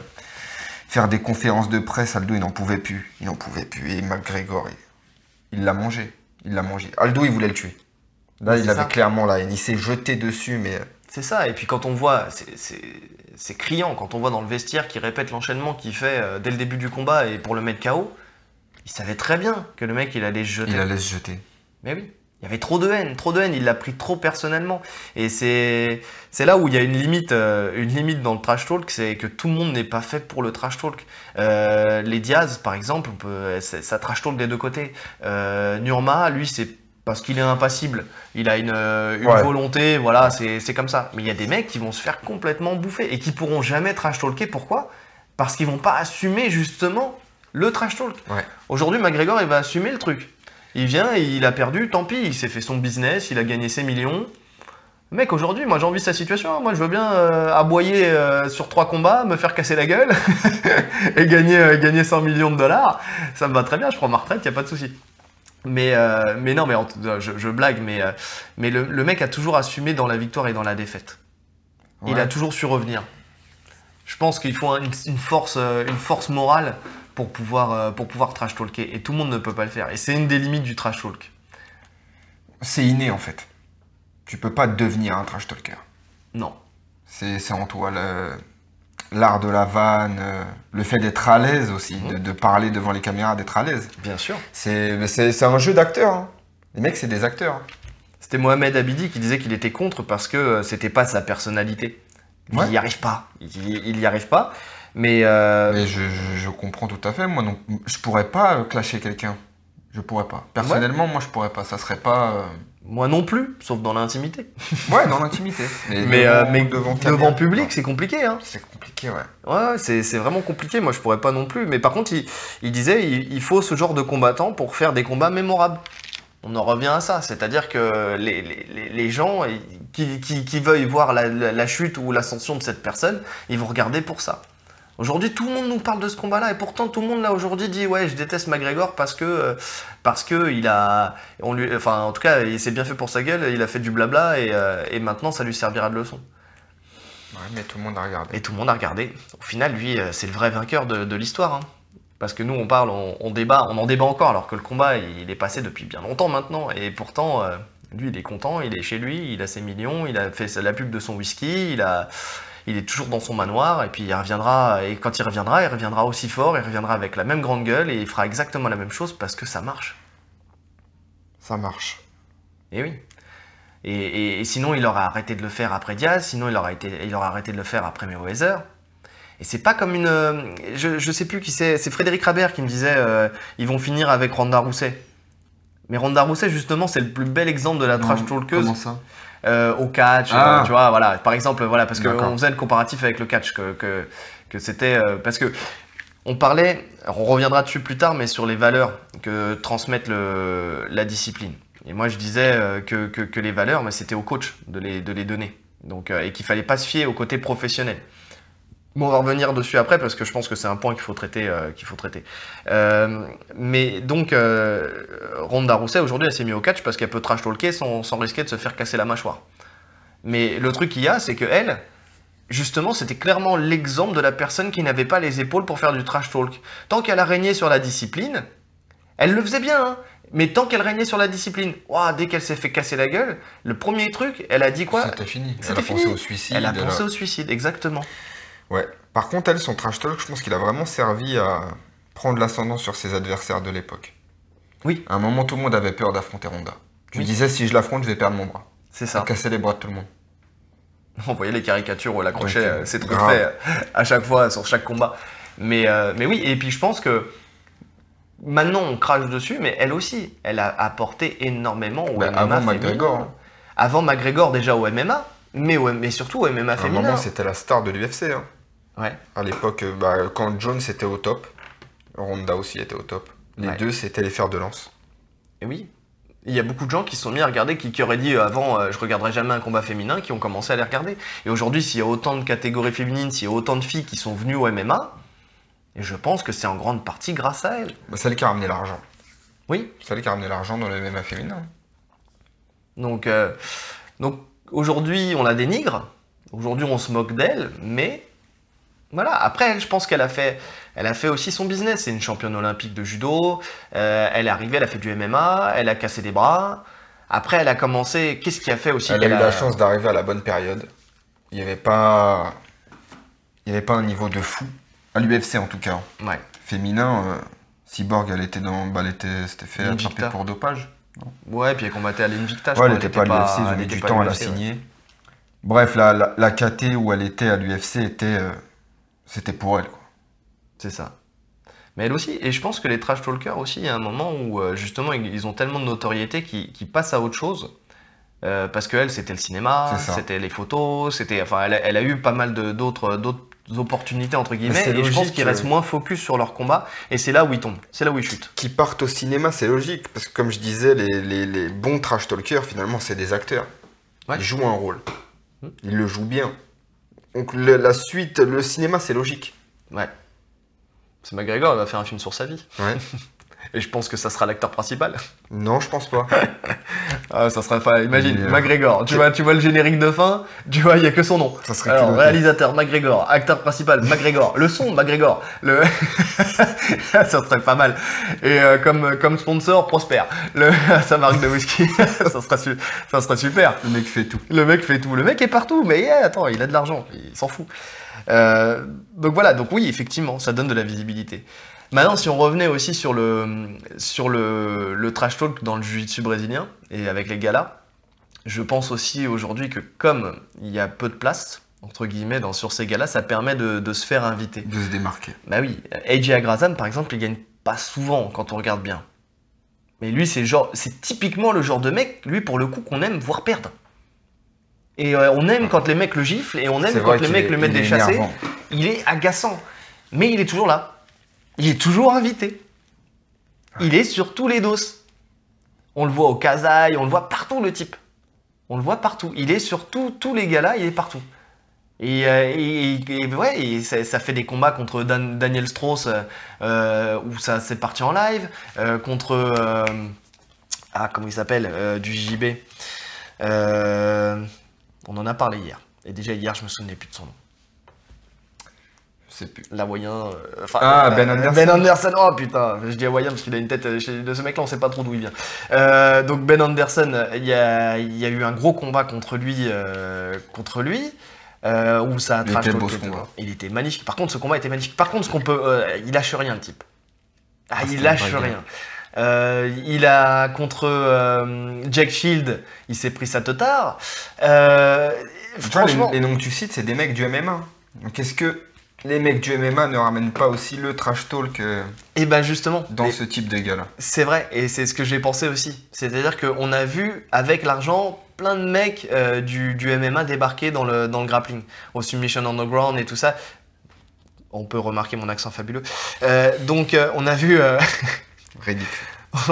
des conférences de presse. Aldo, il n'en pouvait plus. Il n'en pouvait plus. Et McGregor, il l'a mangé. Il l'a mangé. Aldo, il voulait le tuer. Là, il avait clairement la haine. Il s'est jeté dessus, mais... C'est ça. Et puis quand on voit... C'est criant. Quand on voit dans le vestiaire qu'il répète l'enchaînement qu'il fait dès le début du combat et pour le mettre KO, il savait très bien que le mec, il allait se jeter. Il allait se jeter. Mais oui. Il y avait trop de haine. Il l'a pris trop personnellement. Et c'est là où il y a une limite dans le trash talk, c'est que tout le monde n'est pas fait pour le trash talk. Les Diaz, par exemple, ça trash talk des deux côtés. Nurma, lui, c'est parce qu'il est impassible. Il a une volonté, voilà, c'est comme ça. Mais il y a des mecs qui vont se faire complètement bouffer et qui pourront jamais trash talker. Pourquoi? Parce qu'ils vont pas assumer justement le trash talk. Ouais. Aujourd'hui, McGregor, il va assumer le truc. Il vient, il a perdu, tant pis, il s'est fait son business, il a gagné ses millions. Mec, aujourd'hui, moi j'ai envie de sa situation, hein. Moi je veux bien aboyer sur 3 combats, me faire casser la gueule et gagner 100 millions de dollars. Ça me va très bien, je prends ma retraite, y a pas de souci. Mais non, mais je blague, mais le mec a toujours assumé dans la victoire et dans la défaite. Ouais. Il a toujours su revenir. Je pense qu'il faut une force morale pour pouvoir trash talker. Et tout le monde ne peut pas le faire. Et c'est une des limites du trash talk. C'est inné en fait. Tu peux pas devenir un trash talker. Non. C'est en toi l'art de la vanne, le fait d'être à l'aise aussi, de parler devant les caméras, d'être à l'aise. Bien sûr. C'est un jeu d'acteurs. Hein. Les mecs, c'est des acteurs. C'était Mohamed Abidi qui disait qu'il était contre parce que c'était pas sa personnalité. Ouais. Il n'y arrive pas. Il n'y arrive pas. Mais je comprends tout à fait. Moi, donc, je pourrais pas clasher quelqu'un. Je pourrais pas. Personnellement, moi, je pourrais pas. Ça serait pas. Moi non plus, sauf dans l'intimité. Ouais, dans l'intimité. mais devant public, c'est compliqué. Hein. C'est compliqué, ouais. Ouais, c'est vraiment compliqué. Moi, je pourrais pas non plus. Mais par contre, il disait il faut ce genre de combattant pour faire des combats mémorables. On en revient à ça. C'est-à-dire que les gens qui veuillent voir la chute ou l'ascension de cette personne, ils vont regarder pour ça. Aujourd'hui, tout le monde nous parle de ce combat-là, et pourtant tout le monde là aujourd'hui dit ouais, je déteste McGregor parce que il a, on lui, enfin en tout cas, il s'est bien fait pour sa gueule, il a fait du blabla et maintenant ça lui servira de leçon. Ouais, mais tout le monde a regardé. Et tout le monde a regardé. Au final, lui, c'est le vrai vainqueur de l'histoire. Hein. Parce que nous, on parle, on débat, on en débat encore, alors que le combat, il est passé depuis bien longtemps maintenant. Et pourtant, lui, il est content, il est chez lui, il a ses millions, il a fait la pub de son whisky, il est toujours dans son manoir, et puis il reviendra, et quand il reviendra aussi fort, il reviendra avec la même grande gueule, et il fera exactement la même chose parce que ça marche. Ça marche. Et oui. Et sinon, il aurait arrêté de le faire après Diaz, sinon il aurait arrêté de le faire après Mayweather. Et c'est pas comme une... Je sais plus qui c'est Frédéric Rabert qui me disait ils vont finir avec Ronda Rousey. Mais Ronda Rousey, justement, c'est le plus bel exemple de la trash talkeuse. Comment ça? Au catch, tu vois, voilà. Par exemple, voilà, parce qu'on faisait le comparatif avec le catch, que c'était... parce que on parlait, on reviendra dessus plus tard, mais sur les valeurs que transmettent la discipline. Et moi, je disais que les valeurs, mais c'était au coach de les donner. Donc, et qu'il fallait pas se fier au côté professionnel. Bon, on va revenir dessus après parce que je pense que c'est un point qu'il faut traiter. Mais donc, Ronda Rousey, aujourd'hui, elle s'est mise au catch parce qu'elle peut trash talker sans risquer de se faire casser la mâchoire. Mais le truc qu'il y a, c'est que elle, justement, c'était clairement l'exemple de la personne qui n'avait pas les épaules pour faire du trash talk. Tant qu'elle a régné sur la discipline, elle le faisait bien, hein. Mais tant qu'elle régnait sur la discipline, dès qu'elle s'est fait casser la gueule, le premier truc, elle a dit quoi? C'était fini. C'était fini. Pensé au suicide. Elle a pensé au suicide, exactement. Ouais. Par contre, elle, son trash talk, je pense qu'il a vraiment servi à prendre l'ascendant sur ses adversaires de l'époque. Oui. À un moment, tout le monde avait peur d'affronter Ronda. Tu disais, si je l'affronte, je vais perdre mon bras. C'est ça. Casser les bras de tout le monde. On voyait les caricatures où elle accrochait ses trophées à chaque fois, sur chaque combat. Mais oui, et puis je pense que maintenant on crache dessus, mais elle aussi, elle a apporté énormément au MMA avant féminin. McGregor. Hein. Avant McGregor déjà au MMA, mais surtout au MMA féminin. À un moment, c'était la star de l'UFC. Hein. Ouais. À l'époque, quand Jones était au top, Ronda aussi était au top. Les deux, c'était les fers de lance. Et oui. Il y a beaucoup de gens qui se sont mis à regarder, qui auraient dit avant je regarderai jamais un combat féminin, qui ont commencé à les regarder. Et aujourd'hui, s'il y a autant de catégories féminines, s'il y a autant de filles qui sont venues au MMA, et je pense que c'est en grande partie grâce à elles. C'est elle qui a ramené l'argent. Oui. C'est elle qui a ramené l'argent dans le MMA féminin. Donc aujourd'hui, on la dénigre. Aujourd'hui, on se moque d'elle, mais voilà. Après, elle, je pense qu'elle a fait aussi son business. C'est une championne olympique de judo. Elle est arrivée, elle a fait du MMA, elle a cassé des bras. Après, elle a commencé. Qu'est-ce qui a fait aussi Elle a eu la chance d'arriver à la bonne période. Il n'y avait pas un niveau de fou. À l'UFC en tout cas. Ouais. Féminin, Cyborg, elle s'était fait attraper pour dopage. Non. Ouais, puis elle combattait à l'Invicta. Ouais, elle n'était pas à l'UFC, ils ont mis du temps à la signer. Ouais. Bref, la KT où elle était à l'UFC c'était pour elle, quoi. C'est ça. Mais elle aussi, et je pense que les trash talkers aussi, il y a un moment où justement ils ont tellement de notoriété qu'ils passent à autre chose. Parce qu'elle, c'était le cinéma, c'était les photos, elle a eu pas mal d'autres opportunités entre guillemets, et je pense qu'ils restent moins focus sur leur combat, et c'est là où ils tombent, c'est là où ils chutent. Qu'ils partent au cinéma, c'est logique, parce que comme je disais, les bons trash talkers, finalement, c'est des acteurs. Ouais. Ils jouent un rôle. Ils le jouent bien. Donc la suite, le cinéma, c'est logique. Ouais. C'est McGregor, il va faire un film sur sa vie. Ouais. Et je pense que ça sera l'acteur principal. Non, je pense pas. Ça sera pas. Imagine, McGregor. Tu vois le générique de fin, tu vois, il n'y a que son nom. Ça serait alors, réalisateur, McGregor. Acteur principal, McGregor. Le son, McGregor. Ça serait pas mal. Et comme sponsor, Prosper. Sa marque de whisky. ça serait super. Le mec fait tout. Le mec est partout, mais attends, il a de l'argent. Il s'en fout. Donc voilà, donc oui, effectivement, ça donne de la visibilité. Maintenant, si on revenait aussi sur le trash talk dans le jiu-jitsu brésilien et avec les galas, je pense aussi aujourd'hui que comme il y a peu de place, entre guillemets, sur ces galas, ça permet de se faire inviter. De se démarquer. Bah oui, AJ Agrazan, par exemple, il gagne pas souvent quand on regarde bien. Mais lui, c'est typiquement le genre de mec, lui, pour le coup, qu'on aime voir perdre. Et on aime quand les mecs le giflent, et on aime quand les mecs le mettent des chassés. Il est agaçant, mais il est toujours là. Il est toujours invité. Il est sur tous les dos. On le voit au Kasaï, on le voit partout, le type. On le voit partout. Il est sur tous les galas, il est partout. Ouais, et ça fait des combats contre Daniel Strauss où ça c'est parti en live, contre comment il s'appelle du JB. Euh, on en a parlé hier. Et déjà hier, je me souvenais plus de son nom. Je sais plus. L'Hawaïen. Ben Anderson. Ben Anderson. Oh putain, je dis Hawaïen parce qu'il a une tête. De ce mec-là, on sait pas trop d'où il vient. Donc Ben Anderson, il y a eu un gros combat contre lui. Où ça a Il trash était beau, talké, ce combat. il était magnifique. Par contre, ce combat était magnifique. Par contre, ce qu'on peut. Il lâche rien, le type. Ah, il c'était lâche une bagarre. rien. Il a contre Jack Shield, il s'est pris sa totard. Tu vois, Franchement, les noms que tu cites, c'est des mecs du MMA. Donc est-ce que les mecs du MMA ne ramènent pas aussi le trash talk et ben justement, dans mais ce type de gars-là? c'est vrai, et c'est ce que j'ai pensé aussi. C'est-à-dire qu'on a vu avec l'argent plein de mecs du MMA débarquer dans le grappling, au Submission Underground et tout ça. On peut remarquer mon accent fabuleux. Donc on a vu, Ridicule.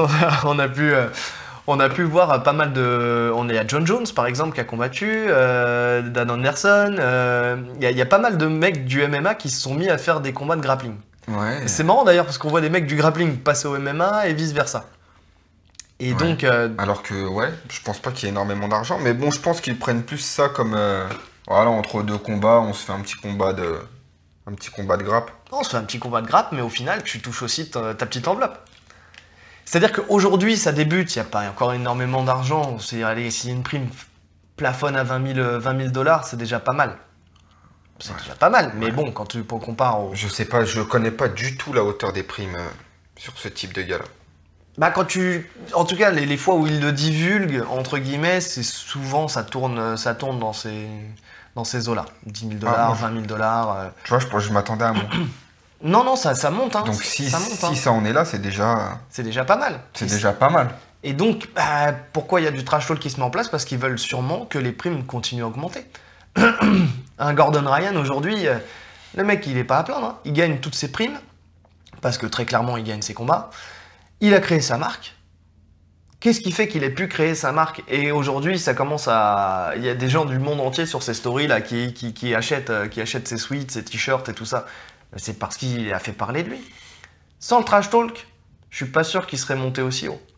on a pu voir pas mal de. On est à John Jones par exemple qui a combattu, Dan Anderson. Il y a pas mal de mecs du MMA qui se sont mis à faire des combats de grappling. Ouais. C'est marrant d'ailleurs parce qu'on voit des mecs du grappling passer au MMA et vice versa. Et Ouais. donc, Alors que, ouais, je pense pas qu'il y ait énormément d'argent. Mais bon, je pense qu'ils prennent plus ça comme... voilà, entre deux combats, on se fait un petit combat de... Un petit combat de grappe. on se fait un petit combat de grappe, mais au final, tu touches aussi ta petite enveloppe. C'est-à-dire qu'aujourd'hui, ça débute, il n'y a pas encore énormément d'argent. Allez, si une prime plafonne à 20 000 dollars, c'est déjà pas mal. C'est déjà pas mal, mais bon, quand tu compares au. Je sais pas, je connais pas du tout la hauteur des primes sur ce type de gars-là. Bah, en tout cas, les fois où ils le divulguent, entre guillemets, c'est souvent, ça tourne dans ces eaux-là. 10 000 dollars, moi, 20 000 dollars. Tu vois, je m'attendais à moins. Non, ça monte, hein. Donc si Ça monte, hein. ça en est là, c'est déjà pas mal. pas mal. Et donc, pourquoi il y a du trash talk qui se met en place? Parce qu'ils veulent sûrement que les primes continuent à augmenter. Un Gordon Ryan, aujourd'hui, le mec, il est pas à plaindre. Hein. Il gagne toutes ses primes, parce que très clairement, il gagne ses combats. Il a créé sa marque. Qu'est-ce qui fait qu'il ait pu créer sa marque? Et aujourd'hui, ça commence à... Il y a des gens du monde entier sur ces stories-là qui achètent ses sweats, ses t-shirts et tout ça. C'est parce qu'il a fait parler de lui. Sans le trash talk, je suis pas sûr qu'il serait monté aussi haut.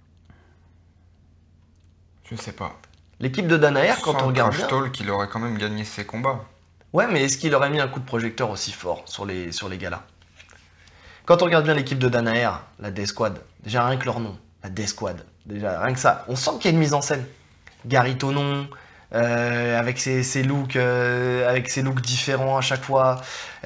Je sais pas. L'équipe de Danaher, quand Sans on regarde trash bien... talk, il aurait quand même gagné ses combats. Ouais, mais est-ce qu'il aurait mis un coup de projecteur aussi fort sur les gars-là? Quand on regarde bien l'équipe de Danaher, la D-Squad, déjà rien que leur nom, la D-Squad, déjà rien que ça, on sent qu'il y a une mise en scène. Gary Tonon, avec ses looks différents à chaque fois.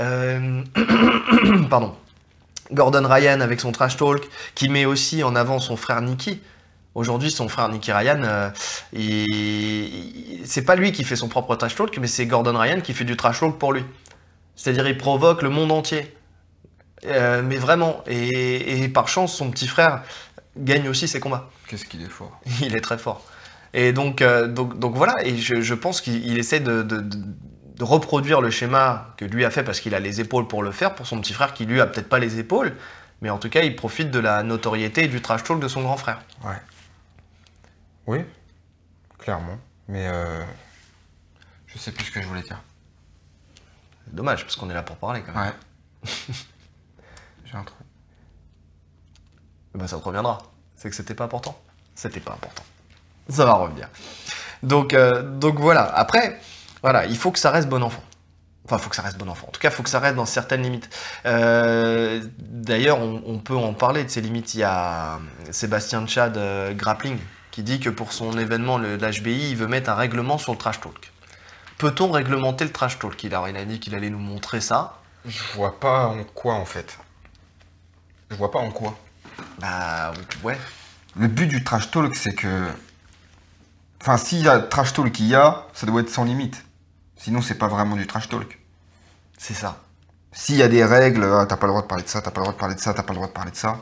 Pardon. Gordon Ryan avec son trash talk, qui met aussi en avant son frère Nicky. Aujourd'hui, son frère Nicky Ryan, c'est pas lui qui fait son propre trash talk, mais c'est Gordon Ryan qui fait du trash talk pour lui. C'est-à-dire, il provoque le monde entier. Mais vraiment, et par chance, son petit frère gagne aussi ses combats. Qu'est-ce qu'il est fort. Il est très fort. Et donc voilà, et je pense qu'il essaie de reproduire le schéma que lui a fait parce qu'il a les épaules pour le faire, pour son petit frère qui lui a peut-être pas les épaules, mais en tout cas il profite de la notoriété et du trash talk de son grand frère. Ouais. Oui, clairement. Mais je sais plus ce que je voulais dire. C'est dommage parce qu'on est là pour parler quand même. Ouais. J'ai un trou. Ben ça te reviendra. C'est que c'était pas important. C'était pas important. Ça va revenir. Donc voilà. Après, voilà, il faut que ça reste bon enfant. Enfin, il faut que ça reste bon enfant. En tout cas, il faut que ça reste dans certaines limites. D'ailleurs, on peut en parler de ces limites. Il y a Sébastien Tchad Grappling qui dit que pour son événement, l'HBI, il veut mettre un règlement sur le trash talk. Peut-on réglementer le trash talk? Il a dit qu'il allait nous montrer ça. Je vois pas en quoi en fait. Je vois pas en quoi. Bah ouais. Le but du trash talk, c'est que... Enfin, s'il y a trash talk qu'il y a, ça doit être sans limite. Sinon, c'est pas vraiment du trash talk. C'est ça. S'il y a des règles, t'as pas le droit de parler de ça, t'as pas le droit de parler de ça, t'as pas le droit de parler de ça.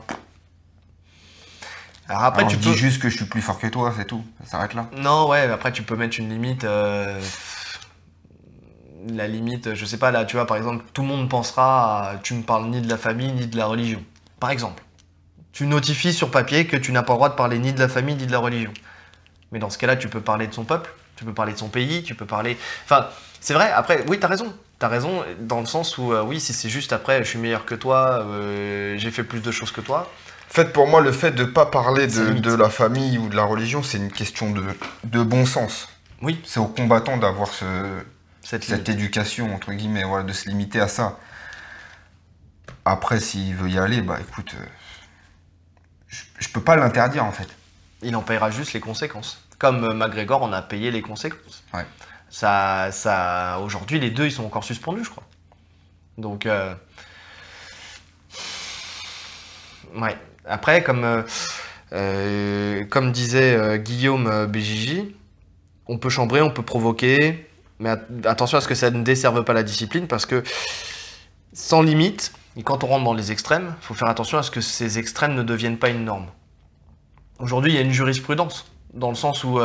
Alors après, Alors, tu je peux... dis juste que je suis plus fort que toi, c'est tout. Ça s'arrête là. Non, ouais, après tu peux mettre une limite. La limite, je sais pas, là, tu vois, par exemple, tout le monde pensera à tu ne parles ni de la famille ni de la religion. Par exemple. Tu notifies sur papier que tu n'as pas le droit de parler ni de la famille ni de la religion. Mais dans ce cas-là, tu peux parler de son peuple, Tu peux parler de son pays, tu peux parler... Enfin, c'est vrai, après, oui, t'as raison. T'as raison dans le sens où, oui, si c'est juste après, je suis meilleur que toi, j'ai fait plus de choses que toi, En fait, pour moi, le fait de ne pas parler ça de limite. la famille ou de la religion, c'est une question de bon sens. Oui, C'est aux combattants d'avoir cette cette limite. éducation, entre guillemets, voilà, de se limiter à ça. Après, s'il veut y aller, bah écoute, je peux pas l'interdire en fait. Il en payera juste les conséquences. Comme McGregor en a payé les conséquences. Ouais. Aujourd'hui, les deux, ils sont encore suspendus, je crois. Donc, ouais. Après, comme disait Guillaume BJJ, on peut chambrer, on peut provoquer, mais attention à ce que ça ne desserve pas la discipline, parce que sans limite, et quand on rentre dans les extrêmes, il faut faire attention à ce que ces extrêmes ne deviennent pas une norme. Aujourd'hui, il y a une jurisprudence, dans le sens où,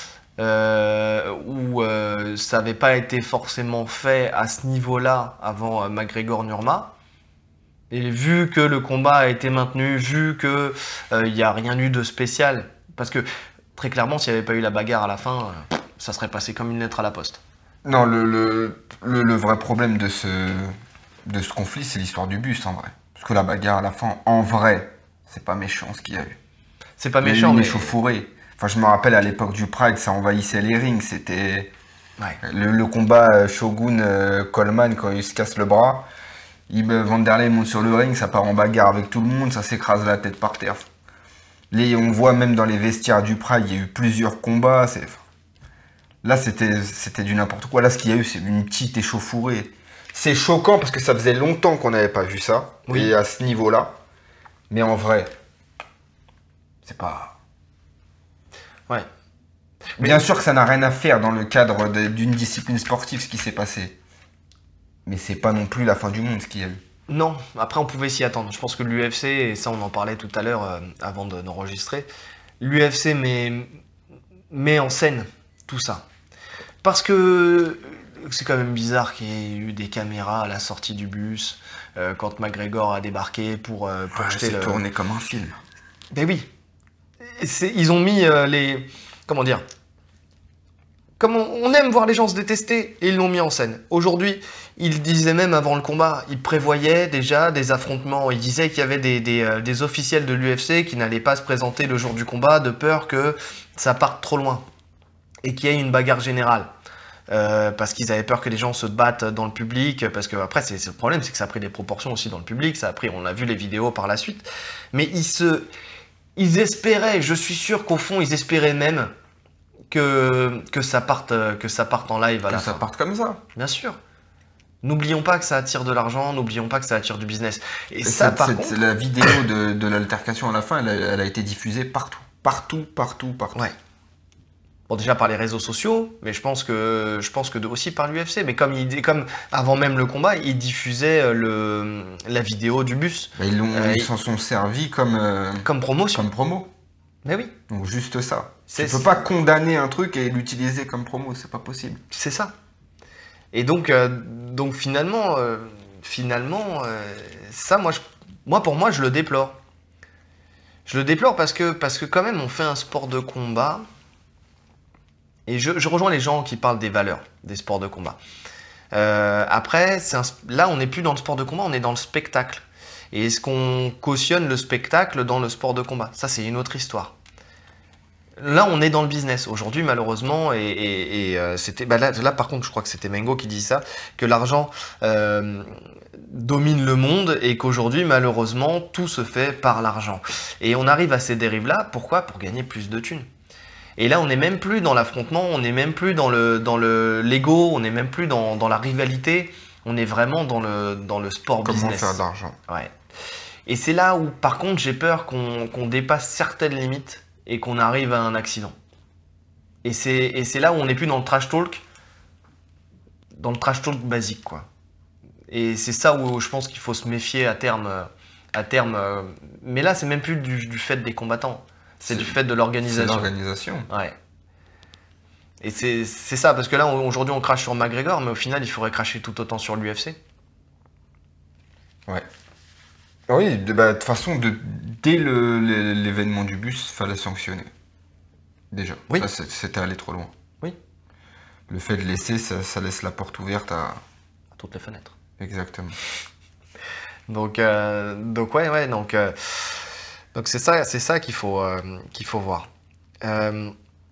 ça n'avait pas été forcément fait à ce niveau-là avant McGregor-Nurma. Et vu que le combat a été maintenu, vu que il n'y a rien eu de spécial, parce que très clairement, s'il n'y avait pas eu la bagarre à la fin, ça serait passé comme une lettre à la poste. Non, le vrai problème de ce conflit, c'est l'histoire du bus en vrai. Parce que la bagarre à la fin, en vrai, c'est pas méchant ce qu'il y a eu. C'est pas Il y a eu méchant, une mais échauffourée. Enfin, je me rappelle à l'époque du Pride, ça envahissait les rings. C'était ouais. le combat Shogun-Coleman quand il se casse le bras. Vanderlei monte sur le ring, ça part en bagarre avec tout le monde, ça s'écrase la tête par terre. On voit même dans les vestiaires du Pride, il y a eu plusieurs combats. Là, c'était du n'importe quoi. Là, ce qu'il y a eu, c'est une petite échauffourée. C'est choquant parce que ça faisait longtemps qu'on n'avait pas vu ça. Oui. Et à ce niveau-là. Mais en vrai, c'est pas... Ouais. Bien sûr que ça n'a rien à faire dans le cadre d'une discipline sportive, ce qui s'est passé. Mais c'est pas non plus la fin du monde, ce qu'il y a eu. Non, après on pouvait s'y attendre. Je pense que l'UFC, et ça on en parlait tout à l'heure avant d'enregistrer, l'UFC met en scène tout ça. Parce que c'est quand même bizarre qu'il y ait eu des caméras à la sortie du bus quand McGregor a débarqué pour jeter C'est tourné comme un film. Ben oui. Ils ont mis les... Comment dire? Comme on aime voir les gens se détester, et ils l'ont mis en scène. Aujourd'hui, il disait même avant le combat, il prévoyait déjà des affrontements. Il disait qu'il y avait des officiels de l'UFC qui n'allaient pas se présenter le jour du combat de peur que ça parte trop loin et qu'il y ait une bagarre générale. Parce qu'ils avaient peur que les gens se battent dans le public, parce que après c'est le problème, c'est que ça a pris des proportions aussi dans le public, ça a pris, on a vu les vidéos par la suite, mais ils espéraient, je suis sûr qu'au fond ils espéraient même que ça parte en live à la Que ça fin. parte comme ça. Bien sûr. N'oublions pas que ça attire de l'argent, n'oublions pas que ça attire du business. Et Et ça, par contre, la vidéo de l'altercation à la fin, elle a été diffusée partout. Partout, partout, partout. ouais. Bon, déjà par les réseaux sociaux, mais je pense que aussi par l'UFC. Mais comme avant même le combat, ils diffusaient la vidéo du bus Bah, ils s'en sont servis comme promotion. comme promo. Mais oui, Donc juste ça. Tu c'est peux pas condamner un truc et l'utiliser comme promo, c'est pas possible. c'est ça. Et donc finalement, ça, pour moi, je le déplore. Je le déplore parce que quand même, on fait un sport de combat. Et je rejoins les gens qui parlent des valeurs des sports de combat. Après, là, on n'est plus dans le sport de combat, on est dans le spectacle. Et est-ce qu'on cautionne le spectacle dans le sport de combat? Ça, c'est une autre histoire. Là, on est dans le business. Aujourd'hui, malheureusement, c'était... là, par contre, je crois que c'était Mengo qui dit ça, que l'argent domine le monde et qu'aujourd'hui, malheureusement, tout se fait par l'argent. Et on arrive à ces dérives-là, pourquoi? Pour gagner plus de thunes. Et là, on n'est même plus dans l'affrontement, on n'est même plus dans l'ego, on n'est même plus dans la rivalité, on est vraiment dans le sport Comment business. faire de l'argent. Ouais. Et c'est là où, par contre, j'ai peur qu'on dépasse certaines limites et qu'on arrive à un accident. Et c'est là où on n'est plus dans le trash talk basique, quoi. Et c'est ça où je pense qu'il faut se méfier à terme. Mais là, c'est même plus du fait des combattants. C'est du fait de C'est l'organisation. l'organisation. Ouais. Et c'est ça, parce que là, aujourd'hui, on crache sur McGregor, mais au final, il faudrait cracher tout autant sur l'UFC. Ouais. Oui, de toute façon, dès l'événement du bus, fallait sanctionner. Déjà. Oui. Ça, c'était allé trop loin. Oui. Le fait de laisser, ça laisse la porte ouverte à... À toutes les fenêtres. Exactement. Donc ouais, donc c'est ça qu'il faut voir. Euh,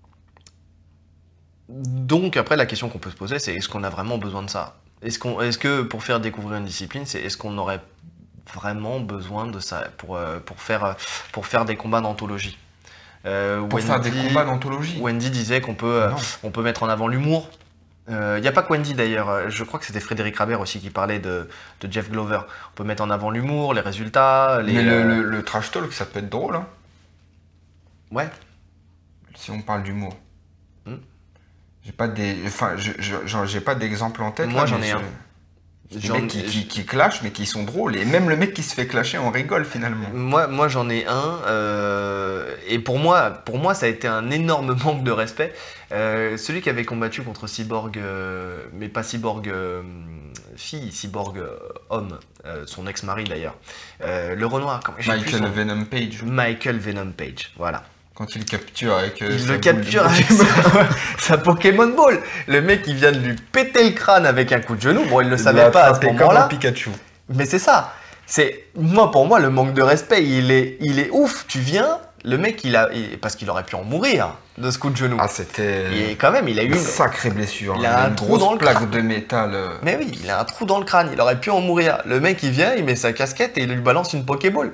donc après, la question qu'on peut se poser, c'est est-ce qu'on a vraiment besoin de ça? Est-ce que pour faire découvrir une discipline, est-ce qu'on aurait vraiment besoin de ça pour faire des combats d'anthologie? Pour faire des combats d'anthologie? Wendy disait qu'on Non. on peut mettre en avant l'humour. Il n'y a pas que Wendy d'ailleurs, je crois que c'était Frédéric Rabert aussi qui parlait de Jeff Glover. On peut mettre en avant l'humour, les résultats, Mais le trash talk, ça peut être drôle, hein, Ouais. si on parle d'humour. Hmm. J'ai pas j'ai pas d'exemple en tête. Moi, là, j'en mais ai un. Des mecs qui clashent, mais qui sont drôles. Et même le mec qui se fait clasher, on rigole finalement. Moi j'en ai un, et pour moi, ça a été un énorme manque de respect. Celui qui avait combattu contre Cyborg, mais pas Cyborg fille, Cyborg homme, son ex-mari d'ailleurs. Le Renoir, j'ai plus Michael son- Venom Page. Michael Venom Page, voilà. Quand il le capture avec Il sa le boule capture de avec Pokémon. sa Pokémon Ball. Le mec, il vient de lui péter le crâne avec un coup de genou. Bon, il le Il savait l'a pas à ce attrapé comme un moment-là. Pikachu. Mais c'est ça. Pour moi, le manque de respect, il est ouf. Tu viens, le mec, parce qu'il aurait pu en mourir de ce coup de genou. Ah, c'était Et quand même, il a eu une une. sacrée blessure. Il a un une trou grosse dans le plaque crâne. de métal. Mais oui, il a un trou dans le crâne. Il aurait pu en mourir. Le mec, il vient, il met sa casquette et il lui balance une Pokéball.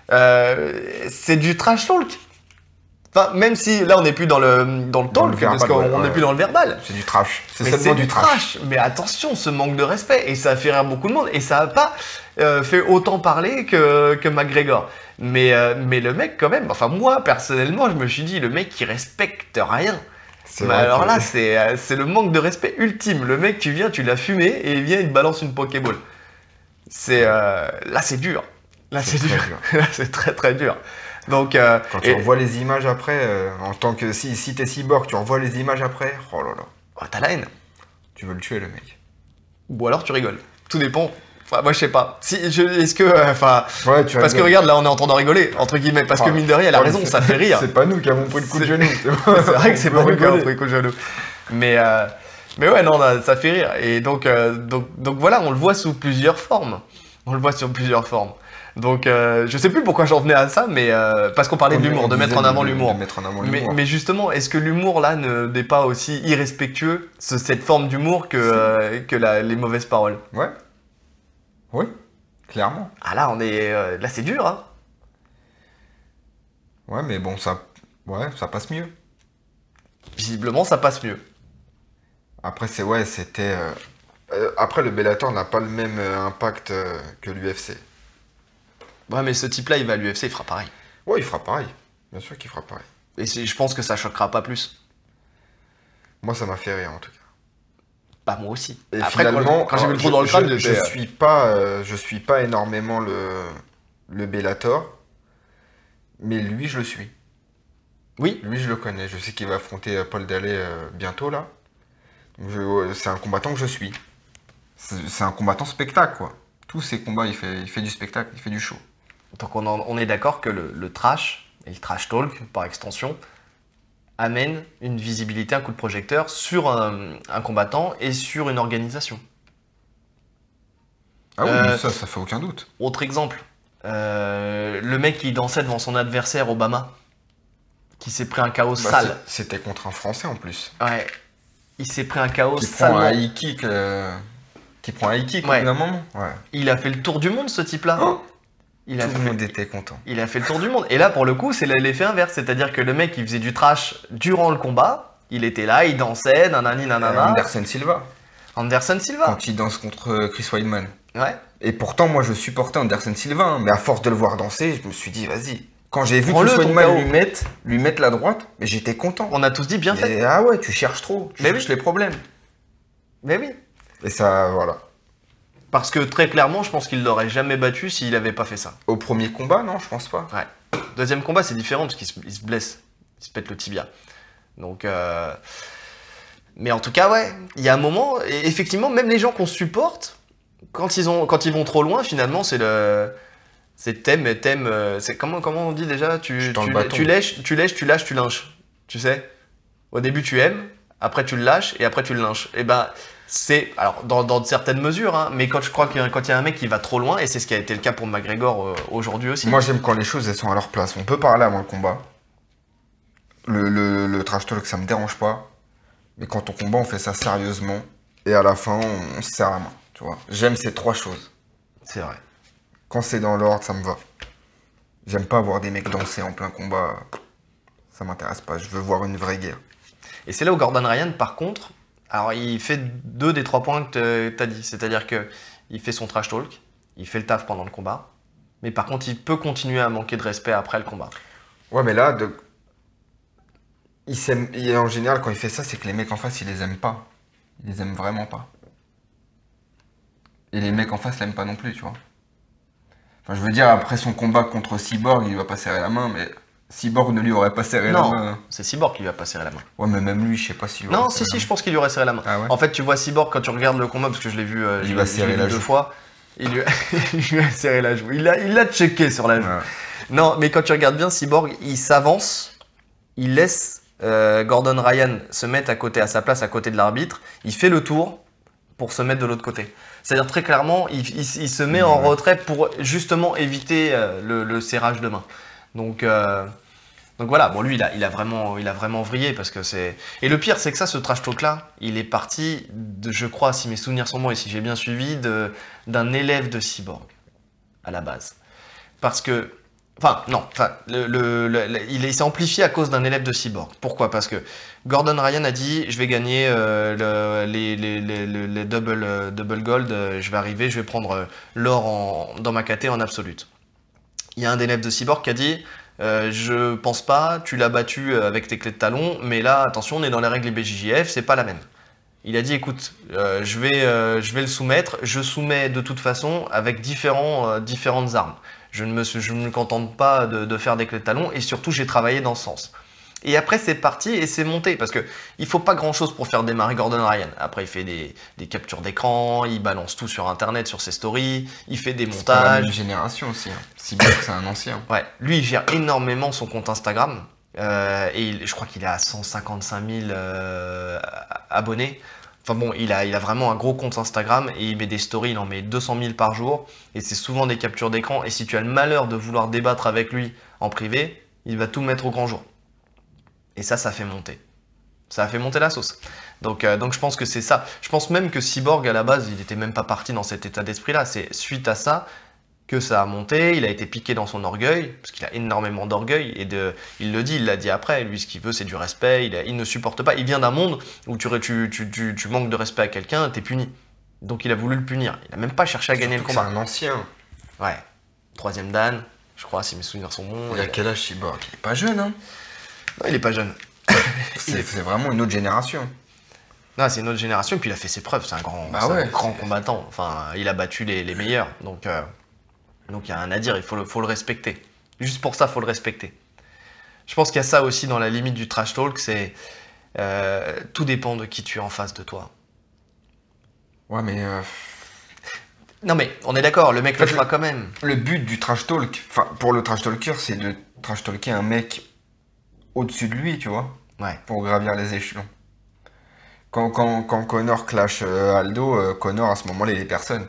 C'est du trash talk. Enfin, même si là, on n'est plus dans le talk, verbal, parce qu'on ouais. n'est plus dans le verbal. C'est du trash. C'est Mais seulement c'est du trash. Mais attention, ce manque de respect. Et ça a fait rire beaucoup de monde. Et ça n'a pas fait autant parler que McGregor. Mais le mec, quand même, enfin, moi, personnellement, je me suis dit, le mec, il respecte rien. C'est Mais vrai alors que- là, c'est le manque de respect ultime. Le mec, tu viens, tu l'as fumé, et il vient, il te balance une Pokéball. Là, c'est dur. Là, c'est très dur. dur. Là, c'est très, très dur. Donc, Quand tu revois les images après, en tant que si t'es cyborg, tu revois les images après, oh là là, oh, t'as la haine. tu veux le tuer le mec. Ou alors tu rigoles. Tout dépend. Enfin, moi, je sais pas. Est-ce que, Ouais, tu parce que rigoles. regarde, là, on est en train d'en rigoler, entre guillemets, parce que mine de rien, elle a Ouais, raison, ça fait rire. C'est pas nous qui avons pris le coup de C'est- genou. C'est vrai que c'est On peut pas nous qui avons rigoler. pris le coup de genou. Mais ouais, non, là, ça fait rire. Et donc voilà, on le voit sous plusieurs formes. On le voit sur plusieurs formes. Donc, je sais plus pourquoi j'en venais à ça, mais parce qu'on parlait de l'humour, de mettre en avant l'humour. De mettre en avant Mais, l'humour. mais justement, est-ce que l'humour là n'est pas aussi irrespectueux, cette forme d'humour que les mauvaises paroles? Ouais. Oui, clairement. Ah là, là, c'est dur, hein. Ouais, mais bon, ça passe mieux. Visiblement, ça passe mieux. Après, c'était. Après, le Bellator n'a pas le même impact que l'UFC. Ouais, mais ce type-là, il va à l'UFC, il fera pareil. Ouais, il fera pareil. Bien sûr qu'il fera pareil. Et je pense que ça choquera pas plus. Moi, ça m'a fait rire en tout cas. Bah, moi aussi. Et Après, finalement, quand j'ai vu le alors, trou dans le crâne, je j'étais. suis pas énormément le Bellator, mais lui, je le suis. Oui, Lui, je le connais. Je sais qu'il va affronter Paul Daley bientôt là. Donc, c'est un combattant que je suis. C'est un combattant spectacle, quoi. Tous ces combats, il fait du spectacle, il fait du show. donc on est d'accord que le trash, et le trash talk, par extension, amène une visibilité, un coup de projecteur sur un combattant et sur une organisation. Ah oui, Euh, mais ça fait aucun doute. Autre exemple, le mec qui dansait devant son adversaire Obama, qui s'est pris un chaos Bah, sale. c'était contre un Français en plus. Ouais, il s'est pris un chaos Qui prend un salement. high kick. Qui prend un high kick Ouais. au bout d'un moment. Ouais. Il a fait le tour du monde, ce type-là. Oh, Il a tout le fait- monde était content. Il a fait le tour du monde. Et là, pour le coup, c'est l'effet inverse. C'est-à-dire que le mec, il faisait du trash durant le combat. Il était là, il dansait, nanani, nanana. Anderson Silva, Anderson Silva. quand il danse contre Chris Weidman. Ouais. Et pourtant, moi, je supportais Anderson Silva, hein, mais à force de le voir danser, je me suis dit, vas-y. Quand j'ai vu Prends-le, Chris ton Weidman KO. lui mettre la droite, mais j'étais content. On a tous dit bien fait. Et, ah ouais, tu cherches trop, tu Mais cherches oui. les problèmes. Mais oui. Et ça, voilà. Parce que très clairement, je pense qu'il l'aurait jamais battu s'il avait pas fait ça. Au premier combat, non, je pense pas. Ouais. Deuxième combat, c'est différent parce il se blesse. Il se pète le tibia. Donc, mais en tout cas, ouais, il y a un moment, et effectivement, même les gens qu'on supporte, quand ils vont trop loin, finalement, c'est c'est comment on dit déjà, Je tends le bâton. tu lèches, tu lâches, tu lynches. Tu sais, au début tu aimes, après tu le lâches et après tu le lynches. Et ben, c'est, alors dans certaines mesures, hein, mais quand je crois que quand il y a un mec qui va trop loin, et c'est ce qui a été le cas pour McGregor aujourd'hui aussi. Moi, j'aime quand les choses, elles sont à leur place. On peut parler avant le combat. Le trash talk, ça me dérange pas. Mais quand on combat, on fait ça sérieusement. Et à la fin, on se serre la main. Tu vois. J'aime ces trois choses. C'est vrai. Quand c'est dans l'ordre, ça me va. J'aime pas voir des mecs danser en plein combat. Ça m'intéresse pas. Je veux voir une vraie guerre. Et c'est là où Gordon Ryan, par contre, alors il fait 2 des 3 points que tu as dit. C'est-à-dire que il fait son trash talk, il fait le taf pendant le combat, mais par contre, il peut continuer à manquer de respect après le combat. Ouais, mais là, en général, quand il fait ça, c'est que les mecs en face, ils les aiment pas. Ils les aiment vraiment pas. Et les mecs en face l'aiment pas non plus, tu vois. Enfin, je veux dire, après son combat contre Cyborg, il va pas serrer la main, mais Cyborg ne lui aurait pas serré la Non, main. c'est Cyborg qui lui a pas serré la main. Ouais, mais même lui, je sais pas s'il lui Non, aurait si, serré la je main. pense qu'il lui aurait serré la main. Ah ouais. En fait, tu vois Cyborg quand tu regardes le combat, parce que je l'ai vu, Il va serrer la 2 joue. fois, il lui a serré la joue. Il l'a checké sur la joue. Ouais. Non, mais quand tu regardes bien, Cyborg, il s'avance, il laisse Gordon Ryan se mettre à sa place à côté de l'arbitre, il fait le tour pour se mettre de l'autre côté. C'est-à-dire très clairement, il se met en retrait pour justement éviter le serrage de main. Donc voilà, bon lui il a vraiment vrillé parce que c'est... Et le pire c'est que ça, ce trash talk là, il est parti de, je crois, si mes souvenirs sont bons et si j'ai bien suivi, d'un élève de Cyborg à la base. Parce que... Enfin, non, il s'est amplifié à cause d'un élève de Cyborg. Pourquoi? Parce que Gordon Ryan a dit, je vais gagner les double gold, je vais arriver, je vais prendre l'or dans ma KT en absolute. Il y a un élève de Cyborg qui a dit, je pense pas, tu l'as battu avec tes clés de talon, mais là, attention, on est dans les règles BJJF, c'est pas la même. Il a dit, écoute, je vais le soumettre, je soumets de toute façon avec différentes armes. Je ne me contente pas de faire des clés de talon, et surtout, j'ai travaillé dans ce sens. Et après, c'est parti et c'est monté, parce que il faut pas grand-chose pour faire démarrer Gordon Ryan. Après, il fait des captures d'écran, il balance tout sur Internet, sur ses stories, il fait des C'est pas la montages. même génération aussi. Hein. Cyborg, c'est un ancien. Ouais, lui, il gère énormément son compte Instagram. Je crois qu'il est à 155 000 abonnés. Enfin bon, il a vraiment un gros compte Instagram et il met des stories, il en met 200 000 par jour. Et c'est souvent des captures d'écran. Et si tu as le malheur de vouloir débattre avec lui en privé, il va tout mettre au grand jour. Et ça fait monter. Ça a fait monter la sauce. Donc je pense que c'est ça. Je pense même que Cyborg, à la base, il n'était même pas parti dans cet état d'esprit-là. C'est suite à ça que ça a monté, il a été piqué dans son orgueil, parce qu'il a énormément d'orgueil, il le dit, il l'a dit après, lui ce qu'il veut c'est du respect, il ne supporte pas, il vient d'un monde où tu manques de respect à quelqu'un, t'es puni. Donc il a voulu le punir, il n'a même pas cherché à gagner le combat. C'est un ancien. Ouais, 3ème Dan, je crois, si mes souvenirs sont bons. Il a quel âge Cyborg? Il est pas jeune, hein? Non, il est pas jeune. C'est vraiment une autre génération. Non, c'est une autre génération, puis il a fait ses preuves, c'est un grand combattant, enfin, il a battu les meilleurs, donc il y a rien à dire, il faut le respecter. Juste pour ça, il faut le respecter. Je pense qu'il y a ça aussi dans la limite du trash talk, c'est tout dépend de qui tu es en face de toi. Ouais, mais Non mais, on est d'accord, le mec le fera quand même. le but du trash talk, enfin, pour le trash talker, c'est de trash talker un mec au-dessus de lui, tu vois, Ouais. pour gravir les échelons. Quand Connor clash Aldo, Connor, à ce moment-là, il est personne.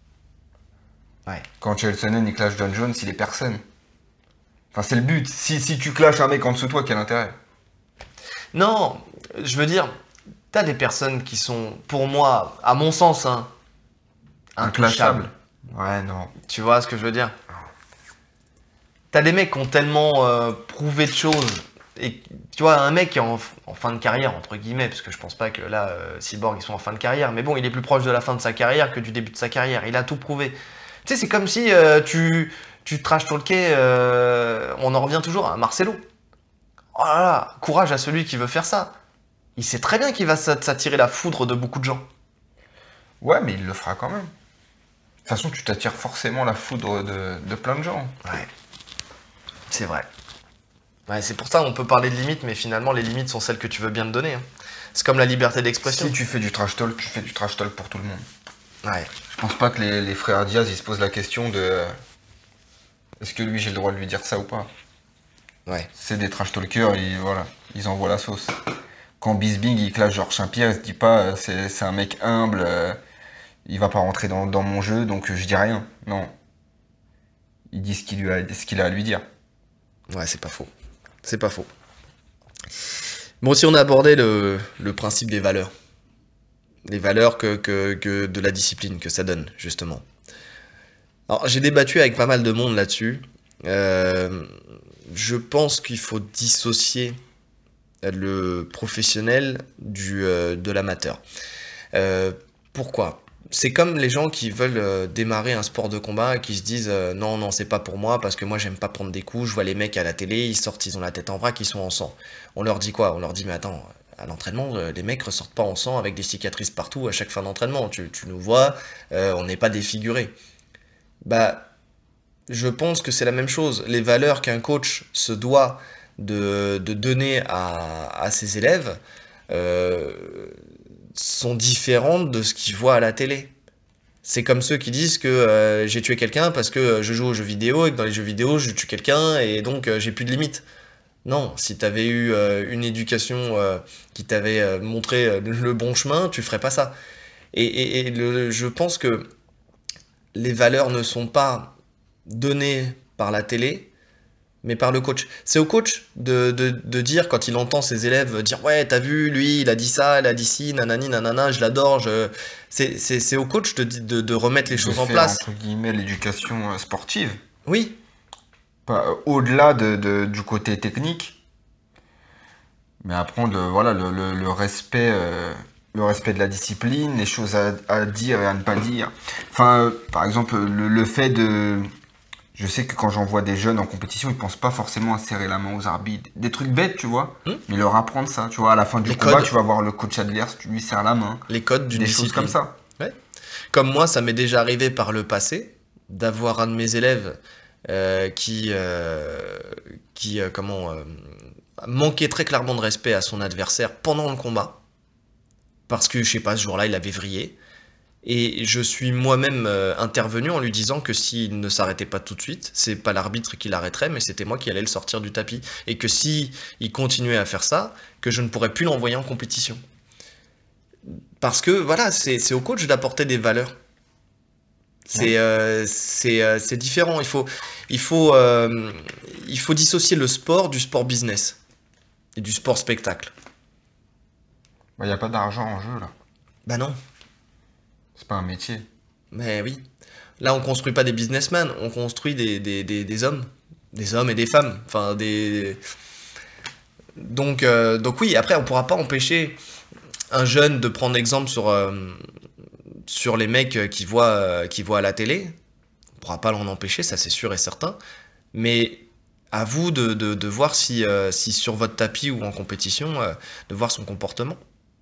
Ouais. Quand Chael Sonnen, il clash John Jones, il est personne. Enfin, c'est le but. Si tu clashes un mec en dessous de toi, quel intérêt? Non, je veux dire, t'as des personnes qui sont, pour moi, à mon sens, hein, intouchables. Ouais, non. Tu vois ce que je veux dire? T'as des mecs qui ont tellement prouvé de choses. Et tu vois, un mec qui est en fin de carrière, entre guillemets, parce que je pense pas que là, Cyborg, ils sont en fin de carrière, mais bon, il est plus proche de la fin de sa carrière que du début de sa carrière. Il a tout prouvé. Tu sais, c'est comme si tu trash talkais, on en revient toujours à Marcelo. Oh là là, courage à celui qui veut faire ça. Il sait très bien qu'il va s'attirer la foudre de beaucoup de gens. Ouais, mais il le fera quand même. De toute façon, tu t'attires forcément la foudre de plein de gens. Ouais, c'est vrai. Ouais, c'est pour ça qu'on peut parler de limites, mais finalement, les limites sont celles que tu veux bien te donner. Hein. C'est comme la liberté d'expression. Si tu fais du trash talk, tu fais du trash talk pour tout le monde. Ouais. Je pense pas que les frères Diaz, ils se posent la question de... Est-ce que lui, j'ai le droit de lui dire ça ou pas? Ouais. C'est des trash talkers, voilà, ils envoient la sauce. quand Bisping il clash Georges Saint-Pierre, il se dit pas c'est un mec humble, il va pas rentrer dans mon jeu, donc je dis rien. Non, il dit ce qu'il a à lui dire. Ouais, c'est pas faux. C'est pas faux. Bon, si on a abordé le principe des valeurs. Les valeurs que de la discipline que ça donne, justement. Alors, j'ai débattu avec pas mal de monde là-dessus. Euh, je pense qu'il faut dissocier le professionnel de l'amateur. Euh, Pourquoi? C'est comme les gens qui veulent démarrer un sport de combat et qui se disent non, non, c'est pas pour moi parce que moi j'aime pas prendre des coups. Je vois les mecs à la télé, ils sortent, ils ont la tête en vrac, ils sont en sang. On leur dit quoi? On leur dit mais attends, à l'entraînement, les mecs ressortent pas en sang avec des cicatrices partout à chaque fin d'entraînement. Tu nous vois, on n'est pas défigurés. Bah, je pense que c'est la même chose. Les valeurs qu'un coach se doit de donner à ses élèves euh, sont différentes de ce qu'ils voient à la télé. C'est comme ceux qui disent que j'ai tué quelqu'un parce que je joue aux jeux vidéo et que dans les jeux vidéo je tue quelqu'un et donc j'ai plus de limites. Non, si t'avais eu une éducation qui t'avait montré le bon chemin, tu ferais pas ça. Je pense que les valeurs ne sont pas données par la télé, mais par le coach. C'est au coach de dire, quand il entend ses élèves dire ouais, t'as vu, lui, il a dit ça, il a dit ci, nanani, nanana, je l'adore. C'est au coach de remettre les De choses en faire place. entre guillemets l'éducation sportive, Oui, pas au-delà du côté technique, mais apprendre voilà le respect de la discipline, les choses à dire et à ne pas dire. Enfin, par exemple, le fait de je sais que quand j'envoie des jeunes en compétition, ils pensent pas forcément à serrer la main aux arbitres. Des trucs bêtes, tu vois. hmm, Mais leur apprendre ça, tu vois. À la fin du les combat, codes, tu vas voir le coach adverse, tu lui serres la main. les codes d'une Des choses comme discipline. ça. Ouais. Comme moi, ça m'est déjà arrivé par le passé d'avoir un de mes élèves qui manquait très clairement de respect à son adversaire pendant le combat. Parce que, je sais pas, ce jour-là, il avait vrillé. Et je suis moi-même intervenu en lui disant que s'il ne s'arrêtait pas tout de suite, c'est pas l'arbitre qui l'arrêterait, mais c'était moi qui allais le sortir du tapis. Et que si il continuait à faire ça, que je ne pourrais plus l'envoyer en compétition. Parce que voilà, c'est au coach d'apporter des valeurs. Ouais. C'est différent. Il faut, euh, il faut dissocier le sport du sport business et du sport spectacle. Il n'y a pas d'argent en jeu, là. Bah non, C'est pas un métier. mais oui. Là, on construit pas des businessmen, on construit des hommes. Des hommes et des femmes. Enfin, des. Donc oui, après, on pourra pas empêcher un jeune de prendre exemple sur les mecs qui voient à la télé. On pourra pas l'en empêcher, ça c'est sûr et certain. Mais à vous de voir si sur votre tapis ou en compétition, de voir son comportement.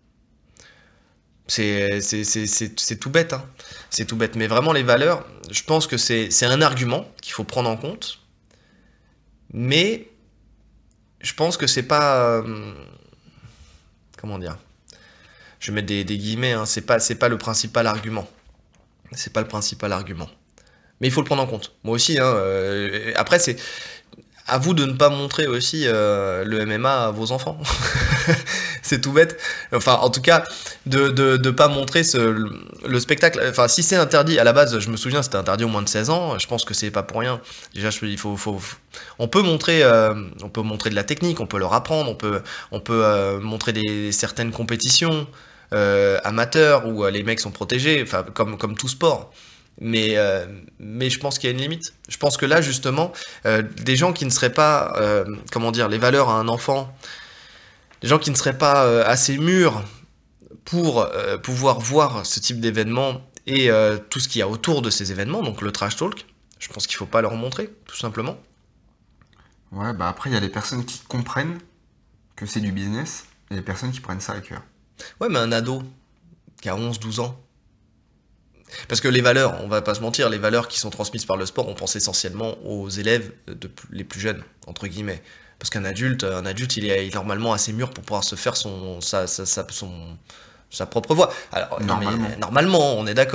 C'est tout bête, hein. C'est tout bête. Mais vraiment, les valeurs, je pense que c'est un argument qu'il faut prendre en compte. Mais je pense que c'est pas. Comment dire? Je vais mettre des guillemets, hein. C'est pas le principal argument. C'est pas le principal argument. Mais il faut le prendre en compte. Moi aussi, hein. Après, c'est à vous de ne pas montrer aussi le MMA à vos enfants. C'est tout bête. Enfin, en tout cas, de pas montrer le spectacle. Enfin, si c'est interdit, à la base, je me souviens, c'était interdit au moins de 16 ans. Je pense que c'est pas pour rien. Déjà, on peut montrer de la technique, on peut leur apprendre, on peut montrer certaines compétitions amateurs où les mecs sont protégés, enfin, comme tout sport. Mais je pense qu'il y a une limite. Je pense que là, justement, des gens qui ne seraient pas, comment dire, les valeurs à un enfant, des gens qui ne seraient pas assez mûrs pour pouvoir voir ce type d'événement et tout ce qu'il y a autour de ces événements, donc le trash talk, je pense qu'il ne faut pas leur montrer, tout simplement. Ouais, bah après, il y a des personnes qui comprennent que c'est du business et des personnes qui prennent ça à cœur. Ouais, mais un ado qui a 11 12 ans, parce que les valeurs, on va pas se mentir, les valeurs qui sont transmises par le sport, on pense essentiellement aux élèves les plus jeunes, entre guillemets. Parce un adulte, il est normalement assez mûr pour pouvoir se faire sa propre voix. Alors, non mais Normalement. normalement, on est d'accord.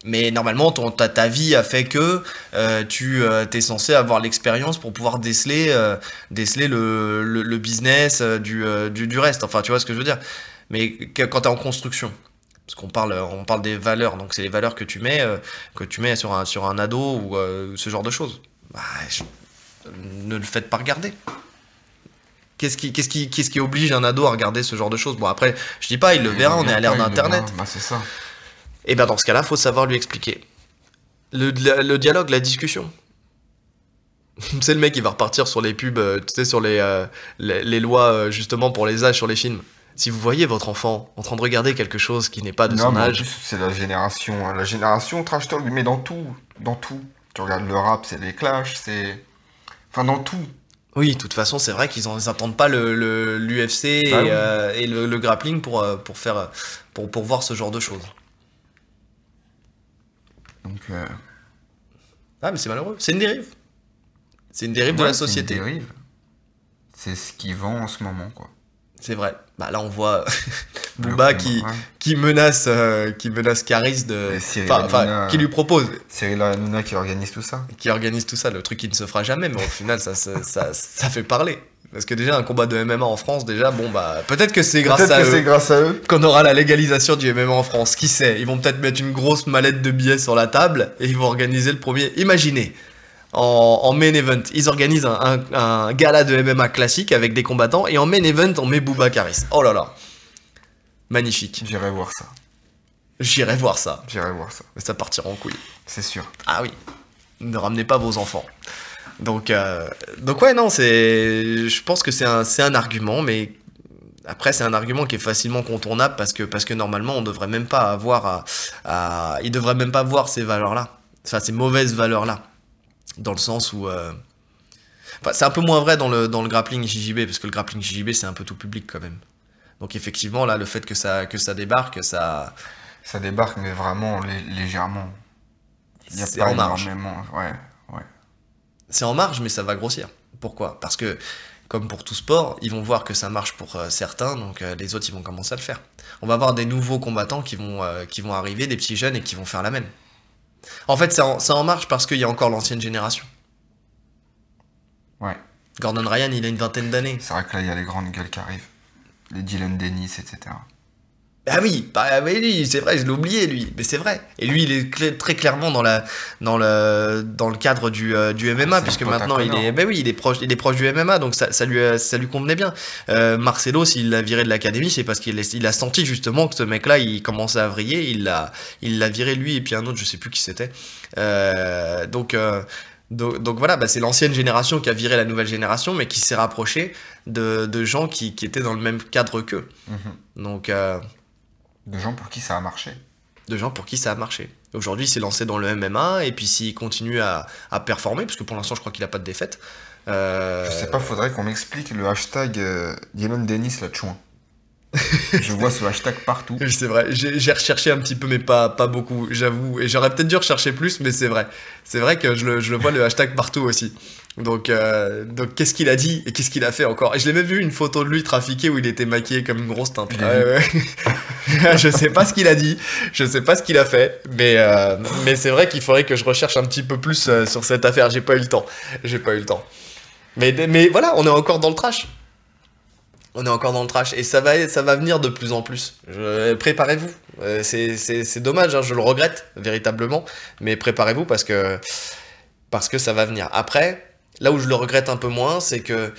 Mais normalement, ta vie a fait que tu es censé avoir l'expérience pour pouvoir déceler le business du reste. Enfin, tu vois ce que je veux dire. Mais quand tu es en construction, parce on parle des valeurs, donc c'est les valeurs que tu mets sur un ado ou ce genre de choses. Bah, ne le faites pas regarder. Qu'est-ce qui oblige un ado à regarder ce genre de choses? Bon, après, je dis pas, il le Il le verra, on est à regarde l'ère pas, il le verra. d'Internet. Bah, c'est ça. Et ben dans ce cas-là, faut savoir lui expliquer. Le dialogue, la discussion. C'est le mec qui va repartir sur les pubs, tu sais, sur les lois justement pour les âges sur les films. Si vous voyez votre enfant en train de regarder quelque chose qui n'est pas de Non, son mais en âge, plus, c'est la génération trash talk, mais dans tout, dans tout. Tu regardes le rap, c'est les clashs, c'est... Enfin, dans tout. oui, de toute façon, c'est vrai qu'ils attendent pas l'UFC Bah oui. et le grappling pour voir ce genre de choses. Donc, Ah, mais c'est malheureux. C'est une dérive. C'est une dérive de la ouais, c'est une société. dérive. C'est ce qui vend en ce moment, quoi. C'est vrai. Bah là, on voit Le Booba combat, qui, ouais. qui menace Caris Et qui lui propose, Cyril Hanouna qui organise tout ça. qui organise tout ça, le truc qui ne se fera jamais, mais au final, ça fait parler. Parce que déjà, un combat de MMA en France, déjà, bon, bah, peut-être que c'est grâce Peut-être à que c'est eux grâce à eux. qu'on aura la légalisation du MMA en France. Qui sait? Ils vont peut-être mettre une grosse mallette de billets sur la table et ils vont organiser le premier. Imaginez, en main event, ils organisent un gala de MMA classique avec des combattants et en main event, on met Booba Caris. Oh là là, magnifique. J'irai voir ça. J'irai voir ça. J'irai voir ça. Mais ça partira en couille. C'est sûr. Ah oui. Ne ramenez pas vos enfants. Donc ouais, non, je pense que c'est un argument, mais après, c'est un argument qui est facilement contournable parce que normalement, on devrait même pas ils devraient même pas voir ces valeurs-là. Enfin, ces mauvaises valeurs-là. Dans le sens où, enfin, c'est un peu moins vrai dans le grappling JJB, parce que le grappling JJB, c'est un peu tout public quand même. Donc effectivement, là, le fait que ça débarque, Ça débarque, mais vraiment légèrement. Il n'y a c'est pas en marge. énormément. Ouais, ouais. C'est en marge, mais ça va grossir. Pourquoi? Parce que, comme pour tout sport, ils vont voir que ça marche pour certains, donc les autres, ils vont commencer à le faire. On va avoir des nouveaux combattants qui vont arriver, des petits jeunes, et qui vont faire la même. En fait, c'est en marche parce qu'il y a encore l'ancienne génération. Ouais. Gordon Ryan, il a une vingtaine d'années. C'est vrai que là, il y a les grandes gueules qui arrivent. Les Dylan Dennis, etc. Ah oui, mais lui, c'est vrai, je l'ai oublié lui, mais c'est vrai. Et lui, il est très clairement dans le cadre du MMA, C'est un puisque pote à maintenant Connor. ben oui, il est proche du MMA, donc ça lui convenait bien. Marcelo, s'il l'a viré de l'académie, c'est parce il a senti justement que ce mec-là, il commençait à vriller, il l'a viré lui et puis un autre, je sais plus qui c'était. Donc voilà, bah, c'est l'ancienne génération qui a viré la nouvelle génération, mais qui s'est rapproché de gens qui étaient dans le même cadre qu'eux. Mhm. Donc De gens pour qui ça a marché. de gens pour qui ça a marché. Aujourd'hui, il s'est lancé dans le MMA, et puis s'il continue à performer, parce que pour l'instant, je crois qu'il a pas de défaite. Je sais pas, faudrait qu'on m'explique le hashtag Dylan Dennis la chouin. Je vois ce hashtag partout. C'est vrai, j'ai recherché un petit peu, mais pas beaucoup, j'avoue. Et j'aurais peut-être dû rechercher plus, mais c'est vrai. C'est vrai que je le vois le hashtag partout aussi. Donc qu'est-ce qu'il a dit et qu'est-ce qu'il a fait encore? Et je l'ai même vu une photo de lui trafiqué où il était maquillé comme une grosse teinte. Je l'ai Ouais, vu. ouais. Je sais pas ce qu'il a dit, je sais pas ce qu'il a fait, mais c'est vrai qu'il faudrait que je recherche un petit peu plus sur cette affaire. J'ai pas eu le temps. J'ai pas eu le temps. Mais voilà, on est encore dans le trash. On est encore dans le trash et ça va venir de plus en plus. Préparez-vous. C'est dommage, hein, je le regrette véritablement, mais préparez-vous parce que ça va venir. Après, là où je le regrette un peu moins, c'est que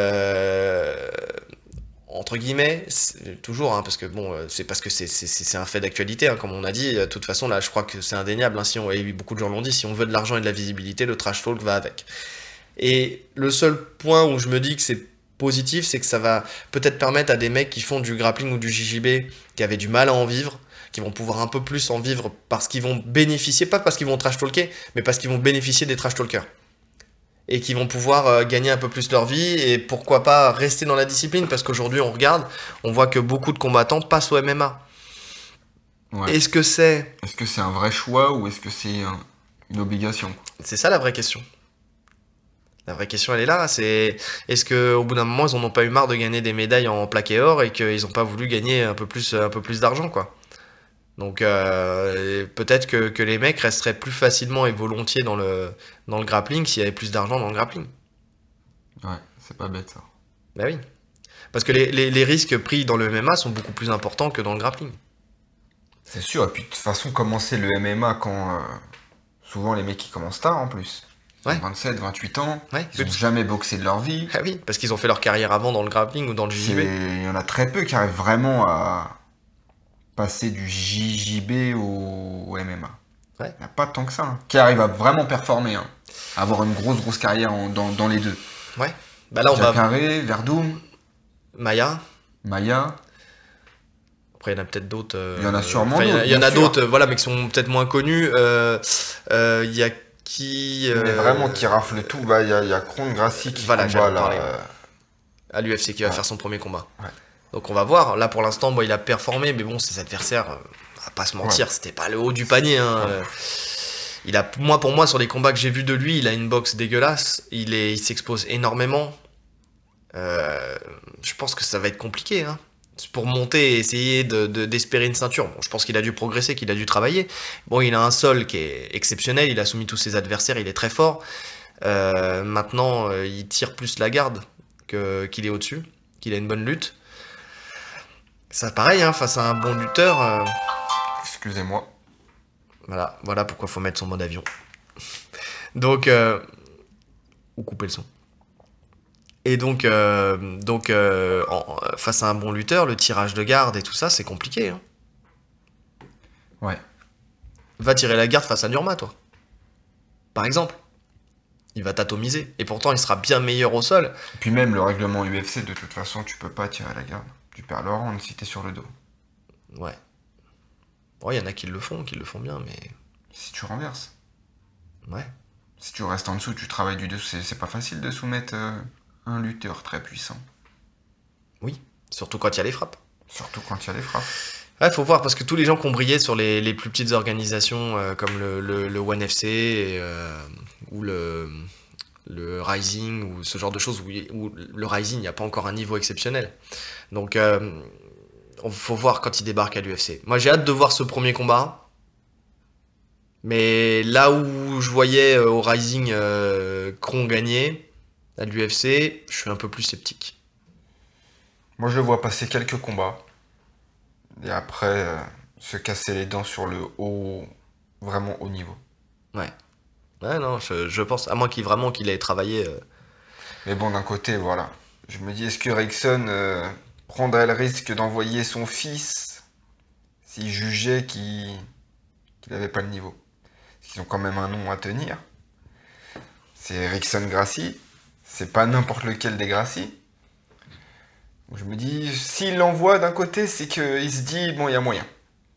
entre guillemets, toujours, hein, parce que bon, c'est parce que c'est un fait d'actualité, hein, comme on a dit. De toute façon, là, je crois que c'est indéniable. Hein, et beaucoup de gens l'ont dit, si on veut de l'argent et de la visibilité, le trash talk va avec. Et le seul point où je me dis que c'est positif, c'est que ça va peut-être permettre à des mecs qui font du grappling ou du JJB, qui avaient du mal à en vivre, qui vont pouvoir un peu plus en vivre parce qu'ils vont bénéficier, pas parce qu'ils vont trash talker, mais parce qu'ils vont bénéficier des trash talkers. Et qui vont pouvoir gagner un peu plus leur vie et pourquoi pas rester dans la discipline, parce qu'aujourd'hui on regarde, on voit que beaucoup de combattants passent au MMA. Ouais. Est-ce que c'est... Est-ce que c'est un vrai choix ou est-ce que c'est une obligation? C'est ça la vraie question. La vraie question, elle est là. Est-ce qu'au bout d'un moment, ils en ont pas eu marre de gagner des médailles en plaqué or et qu'ils n'ont pas voulu gagner un peu plus d'argent, quoi. Donc peut-être que les mecs resteraient plus facilement et volontiers dans le grappling s'il y avait plus d'argent dans le grappling. Ouais, c'est pas bête ça. Bah oui. Parce que les risques pris dans le MMA sont beaucoup plus importants que dans le grappling. C'est sûr, et puis de toute façon, commencer le MMA quand. Souvent, les mecs qui commencent tard en plus. Ils ont Ouais, 27, 28 ans, ouais. ils ont jamais boxé de leur vie. Ah oui, parce qu'ils ont fait leur carrière avant dans le grappling ou dans le JJB. Il y en a très peu qui arrivent vraiment à passer du JJB au MMA. Ouais. Il n'y a pas tant que ça, hein, qui arrivent à vraiment performer, hein, à avoir une grosse carrière dans les deux. Ouais. Bah là, on va. Jacare, Verdum, Maya. Maya, Après, il y en a peut-être d'autres. il y en a sûrement Enfin, d'autres. il y en bien a sûr. d'autres, voilà, mais qui sont peut-être moins connus. Il y a qui. Mais vraiment qui rafle tout, bah, il y a Kron Gracie qui Voilà, combat j'allais en là. parler. À l'UFC qui va Ouais. faire son premier combat. Ouais. Donc on va voir. Là, pour l'instant, bon, il a performé, mais bon, ses adversaires, on va pas se mentir, c'était pas le haut du panier. Hein. Pour moi, sur les combats que j'ai vus de lui, il a une boxe dégueulasse. Il s'expose énormément. Je pense que ça va être compliqué. Hein. Pour monter et essayer d'espérer une ceinture. Bon, je pense qu'il a dû progresser, qu'il a dû travailler. Bon, il a un sol qui est exceptionnel. Il a soumis tous ses adversaires. Il est très fort. Maintenant, il tire plus la garde qu'il est au-dessus, qu'il a une bonne lutte. Ça, pareil, hein, face à un bon lutteur. Excusez-moi. Voilà pourquoi faut mettre son mode avion. Donc, ou couper le son. Et donc, face à un bon lutteur, le tirage de garde et tout ça, c'est compliqué. Hein. Ouais. Va tirer la garde face à Nurma, toi. Par exemple. Il va t'atomiser. Et pourtant, il sera bien meilleur au sol. Et puis même le règlement UFC, de toute façon, tu peux pas tirer la garde. Tu perds le round si t'es sur le dos. Ouais. Bon, il y en a qui le font bien, mais... Si tu renverses. Ouais. Si tu restes en dessous, tu travailles du dessous. C'est pas facile de soumettre un lutteur très puissant. Oui. Surtout quand il y a les frappes. Surtout quand il y a les frappes. Ouais, faut voir, parce que tous les gens qui ont brillé sur les plus petites organisations, comme le One FC, ou le Rising, ou ce genre de choses, où le Rising, il n'y a pas encore un niveau exceptionnel. Donc, faut voir quand il débarque à l'UFC. Moi, j'ai hâte de voir ce premier combat. Mais là où je voyais au Rising Kron gagner, à l'UFC, je suis un peu plus sceptique. Moi, je le vois passer quelques combats. Et après, se casser les dents sur le haut, vraiment haut niveau. Ouais. Ouais, non, je pense, à moins qu'il ait travaillé... Mais bon, d'un côté, voilà. Je me dis, est-ce que Rickson prendrait le risque d'envoyer son fils s'il jugeait qu'il n'avait pas le niveau? Parce qu'ils ont quand même un nom à tenir. C'est Rickson Gracie. C'est pas n'importe lequel des Gracie. Je me dis, s'il l'envoie d'un côté, c'est qu'il se dit, bon, il y a moyen.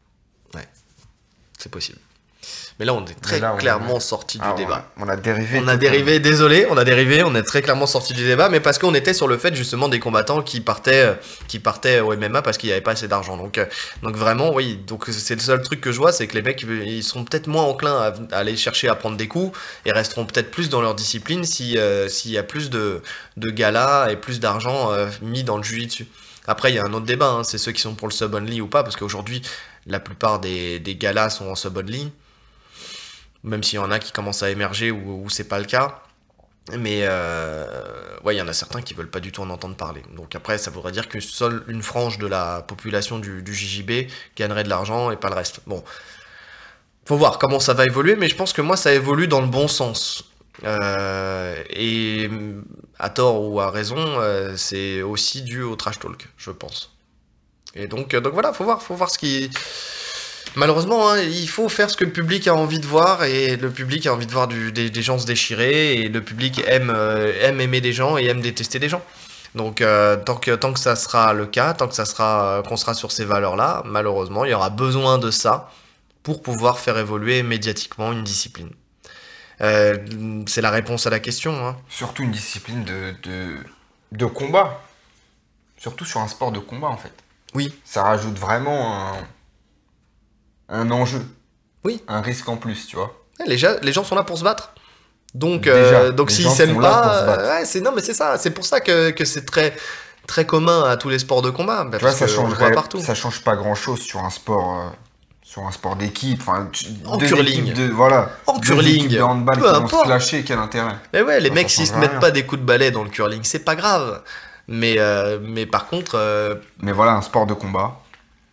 C'est possible. Mais là, on est très là, clairement sorti du débat. On a dérivé. On a dérivé, désolé, on est très clairement sorti du débat, mais parce qu'on était sur le fait justement des combattants qui partaient au MMA parce qu'il n'y avait pas assez d'argent. Donc vraiment, oui, donc c'est le seul truc que je vois, c'est que les mecs, ils sont peut-être moins enclins à aller chercher à prendre des coups et resteront peut-être plus dans leur discipline s'il y a plus de galas et plus d'argent mis dans le jiu-jitsu. Après, il y a un autre débat, hein, c'est ceux qui sont pour le sub-only ou pas, parce qu'aujourd'hui, la plupart des galas sont en sub-only. Même s'il y en a qui commencent à émerger où c'est pas le cas. Mais ouais, il y en a certains qui veulent pas du tout en entendre parler. Donc après, ça voudrait dire que seule une frange de la population du JJB gagnerait de l'argent et pas le reste. Bon, faut voir comment ça va évoluer, mais je pense que moi, ça évolue dans le bon sens. Et à tort ou à raison, c'est aussi dû au trash talk, je pense. Et donc voilà, faut voir ce qui... Malheureusement, hein, il faut faire ce que le public a envie de voir, et le public a envie de voir des gens se déchirer, et le public aime aimer des gens et aime détester des gens. Donc tant que ça sera le cas, tant que qu'on sera sur ces valeurs-là, malheureusement, il y aura besoin de ça pour pouvoir faire évoluer médiatiquement une discipline. C'est la réponse à la question. Hein. Surtout une discipline de combat. Surtout sur un sport de combat, en fait. Oui. Ça rajoute vraiment un enjeu. Oui. Un risque en plus, tu vois. Les gens sont là pour se battre. Donc s'ils s'aiment pas, non mais c'est ça. C'est pour ça que c'est très très commun à tous les sports de combat. Tu vois, parce qu'on le voit partout. ça change pas grand chose sur un sport sur un sport d'équipe, enfin, En deux curling. équipes de, voilà, En deux curling, équipes de handball peu qui vont se importe. clasher, quel intérêt? Mais ouais, les Ça mecs, s'ils se changerait mettent rien. pas des coups de balai dans le curling, c'est pas grave. Mais par contre, Mais voilà, un sport de combat.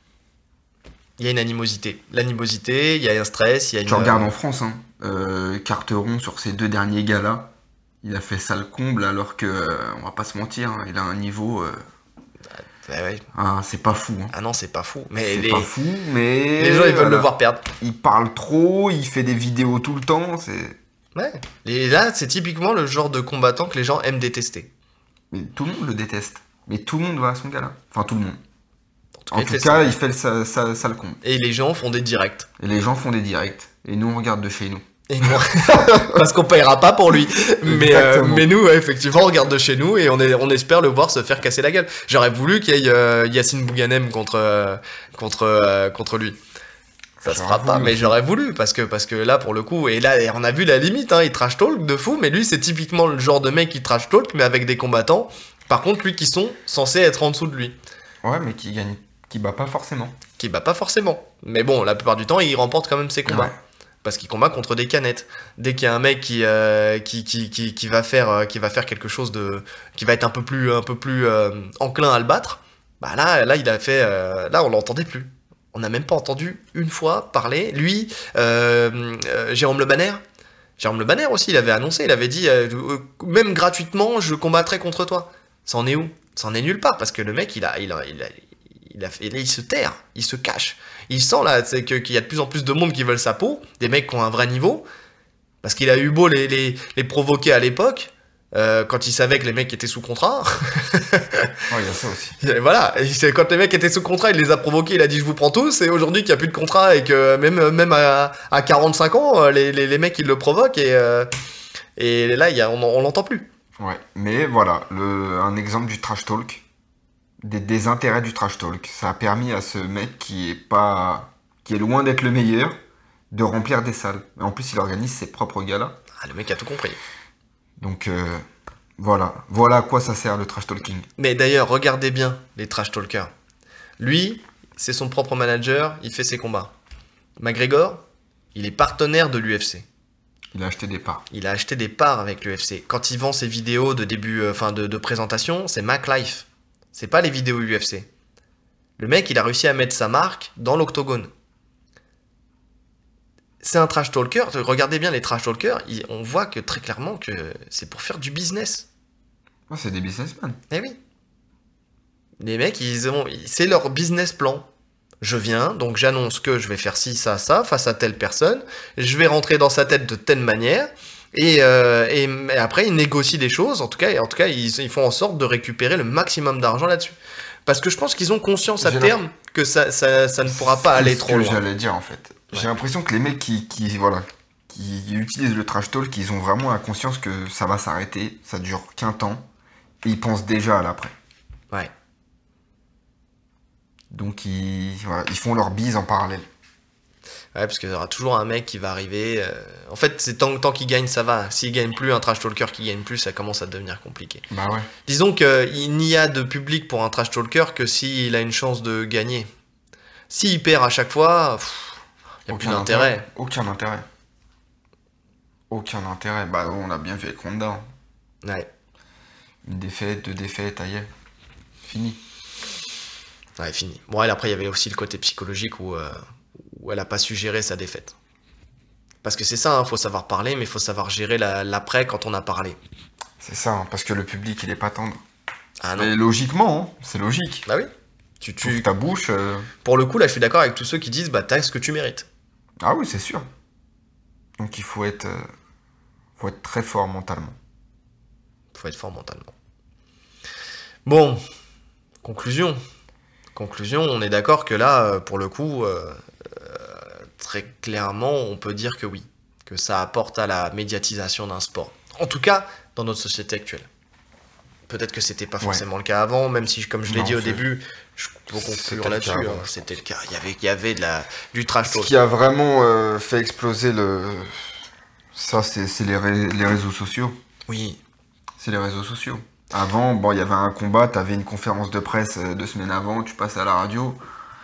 il y a une animosité. L'animosité, il y a un stress, il y a une. Tu regardes en France, hein, Carteron sur ses 2 derniers galas, il a fait ça le comble alors que, on va pas se mentir, hein, il a un niveau, Ouais, ouais. c'est pas fou, hein. Ah non, c'est pas fou. Mais C'est les, pas fou, mais les gens, ils veulent le voilà. voir perdre. Il parle trop, il fait des vidéos tout le temps, Ouais. Et là, c'est typiquement le genre de combattant que les gens aiment détester. mais tout le monde le déteste. Mais tout le monde va à son gala. Enfin, tout le monde. En il tout fait cas, ça. il fait ça le compte. Et les gens font des directs. Et les gens font des directs. Et nous, on regarde de chez nous. Et nous, parce qu'on payera pas pour lui. Exactement. Mais nous, ouais, effectivement, on regarde de chez nous et on espère le voir se faire casser la gueule. J'aurais voulu qu'il y ait Yacine Bouganem contre lui. Ça se J'aurais fera pas, voulu mais aussi. j'aurais voulu parce que là pour le coup, et là on a vu la limite, hein, il trash talk de fou, mais lui c'est typiquement le genre de mec qui trash talk mais avec des combattants. Par contre, lui qui sont censés être en dessous de lui, Ouais, mais qui gagne, qui bat pas forcément. qui bat pas forcément. Mais bon, la plupart du temps, il remporte quand même ses combats. Ouais. Parce qu'il combat contre des canettes. Dès qu'il y a un mec qui va faire quelque chose de, qui va être un peu plus enclin à le battre, bah là il a fait, là on l'entendait plus. On n'a même pas entendu une fois parler. Lui, Jérôme Le Banner. Jérôme Le Banner aussi, il avait annoncé, il avait dit, même gratuitement, je combattrai contre toi. Ça en est où? Ça en est nulle part parce que le mec, il se terre, il se cache. Il sent là qu'il y a de plus en plus de monde qui veulent sa peau, des mecs qui ont un vrai niveau, parce qu'il a eu beau les provoquer à l'époque, quand il savait que les mecs étaient sous contrat. Ouais, il y a ça aussi. Et voilà, et quand les mecs étaient sous contrat, il les a provoqués, il a dit je vous prends tous, et aujourd'hui qu'il n'y a plus de contrat et que même à 45 ans, les mecs ils le provoquent et là on l'entend plus. Ouais. Mais voilà, un exemple du trash talk. Des intérêts du trash talk. Ça a permis à ce mec qui est loin d'être le meilleur, de remplir des salles. Et en plus, il organise ses propres galas. Ah, le mec a tout compris. Donc, voilà. Voilà à quoi ça sert le trash talking. Mais d'ailleurs, regardez bien les trash talkers. Lui, c'est son propre manager, il fait ses combats. McGregor, il est partenaire de l'UFC. Il a acheté des parts. Il a acheté des parts avec l'UFC. Quand il vend ses vidéos de début, de présentation, c'est MacLife. C'est pas les vidéos UFC. Le mec, il a réussi à mettre sa marque dans l'octogone. C'est un trash talker. Regardez bien les trash talkers. On voit que très clairement que c'est pour faire du business. Ouais, c'est des businessmen. Eh oui. Les mecs, c'est leur business plan. Je viens, donc j'annonce que je vais faire ci, ça, ça, face à telle personne. Je vais rentrer dans sa tête de telle manière. Et après, ils négocient des choses. En tout cas, ils font en sorte de récupérer le maximum d'argent là-dessus. Parce que je pense qu'ils ont conscience à J'ai terme que ça ne pourra pas aller trop C'est ce loin. que j'allais dire en fait. Ouais. J'ai l'impression que les mecs qui utilisent le trash talk, ils ont vraiment la conscience que ça va s'arrêter, ça dure qu'un temps, et ils pensent déjà à l'après. Ouais. Donc voilà, ils font leur bise en parallèle. Ouais, parce qu'il y aura toujours un mec qui va arriver. En fait, c'est tant qu'il gagne, ça va. S'il gagne plus, un trash talker qui gagne plus, ça commence à devenir compliqué. Bah ouais. Disons qu'il n'y a de public pour un trash talker que s'il a une chance de gagner. S'il perd à chaque fois, il n'y a plus d'intérêt. Aucun intérêt. Aucun intérêt. Bah on a bien vu avec Ronda, hein. Ouais. Une défaite, 2 défaites, aïe. Fini. Ouais, fini. Bon, et après, il y avait aussi le côté psychologique où elle a pas su gérer sa défaite. Parce que c'est ça, hein, faut savoir parler, mais il faut savoir gérer l'après quand on a parlé. C'est ça, hein, parce que le public il est pas tendre. Ah non. Et logiquement, hein, c'est logique. Bah oui. Tu ouvres ta bouche. Pour le coup, là, je suis d'accord avec tous ceux qui disent, bah, t'as ce que tu mérites. Ah oui, c'est sûr. Donc il faut être très fort mentalement. Faut être fort mentalement. Bon, conclusion. Conclusion, on est d'accord que là, pour le coup, très clairement, on peut dire que oui. Que ça apporte à la médiatisation d'un sport. En tout cas, dans notre société actuelle. Peut-être que c'était pas forcément le cas avant, même si, comme je l'ai Non, dit au c'est- début, je peux conclure c'était le là-dessus, cas hein, avant, je c'était le cas. Il y avait du trash Ce talk. qui a vraiment fait exploser ça, c'est les réseaux sociaux. Oui, C'est les réseaux sociaux. Avant, bon, il y avait un combat, t'avais une conférence de presse 2 semaines avant, tu passes à la radio.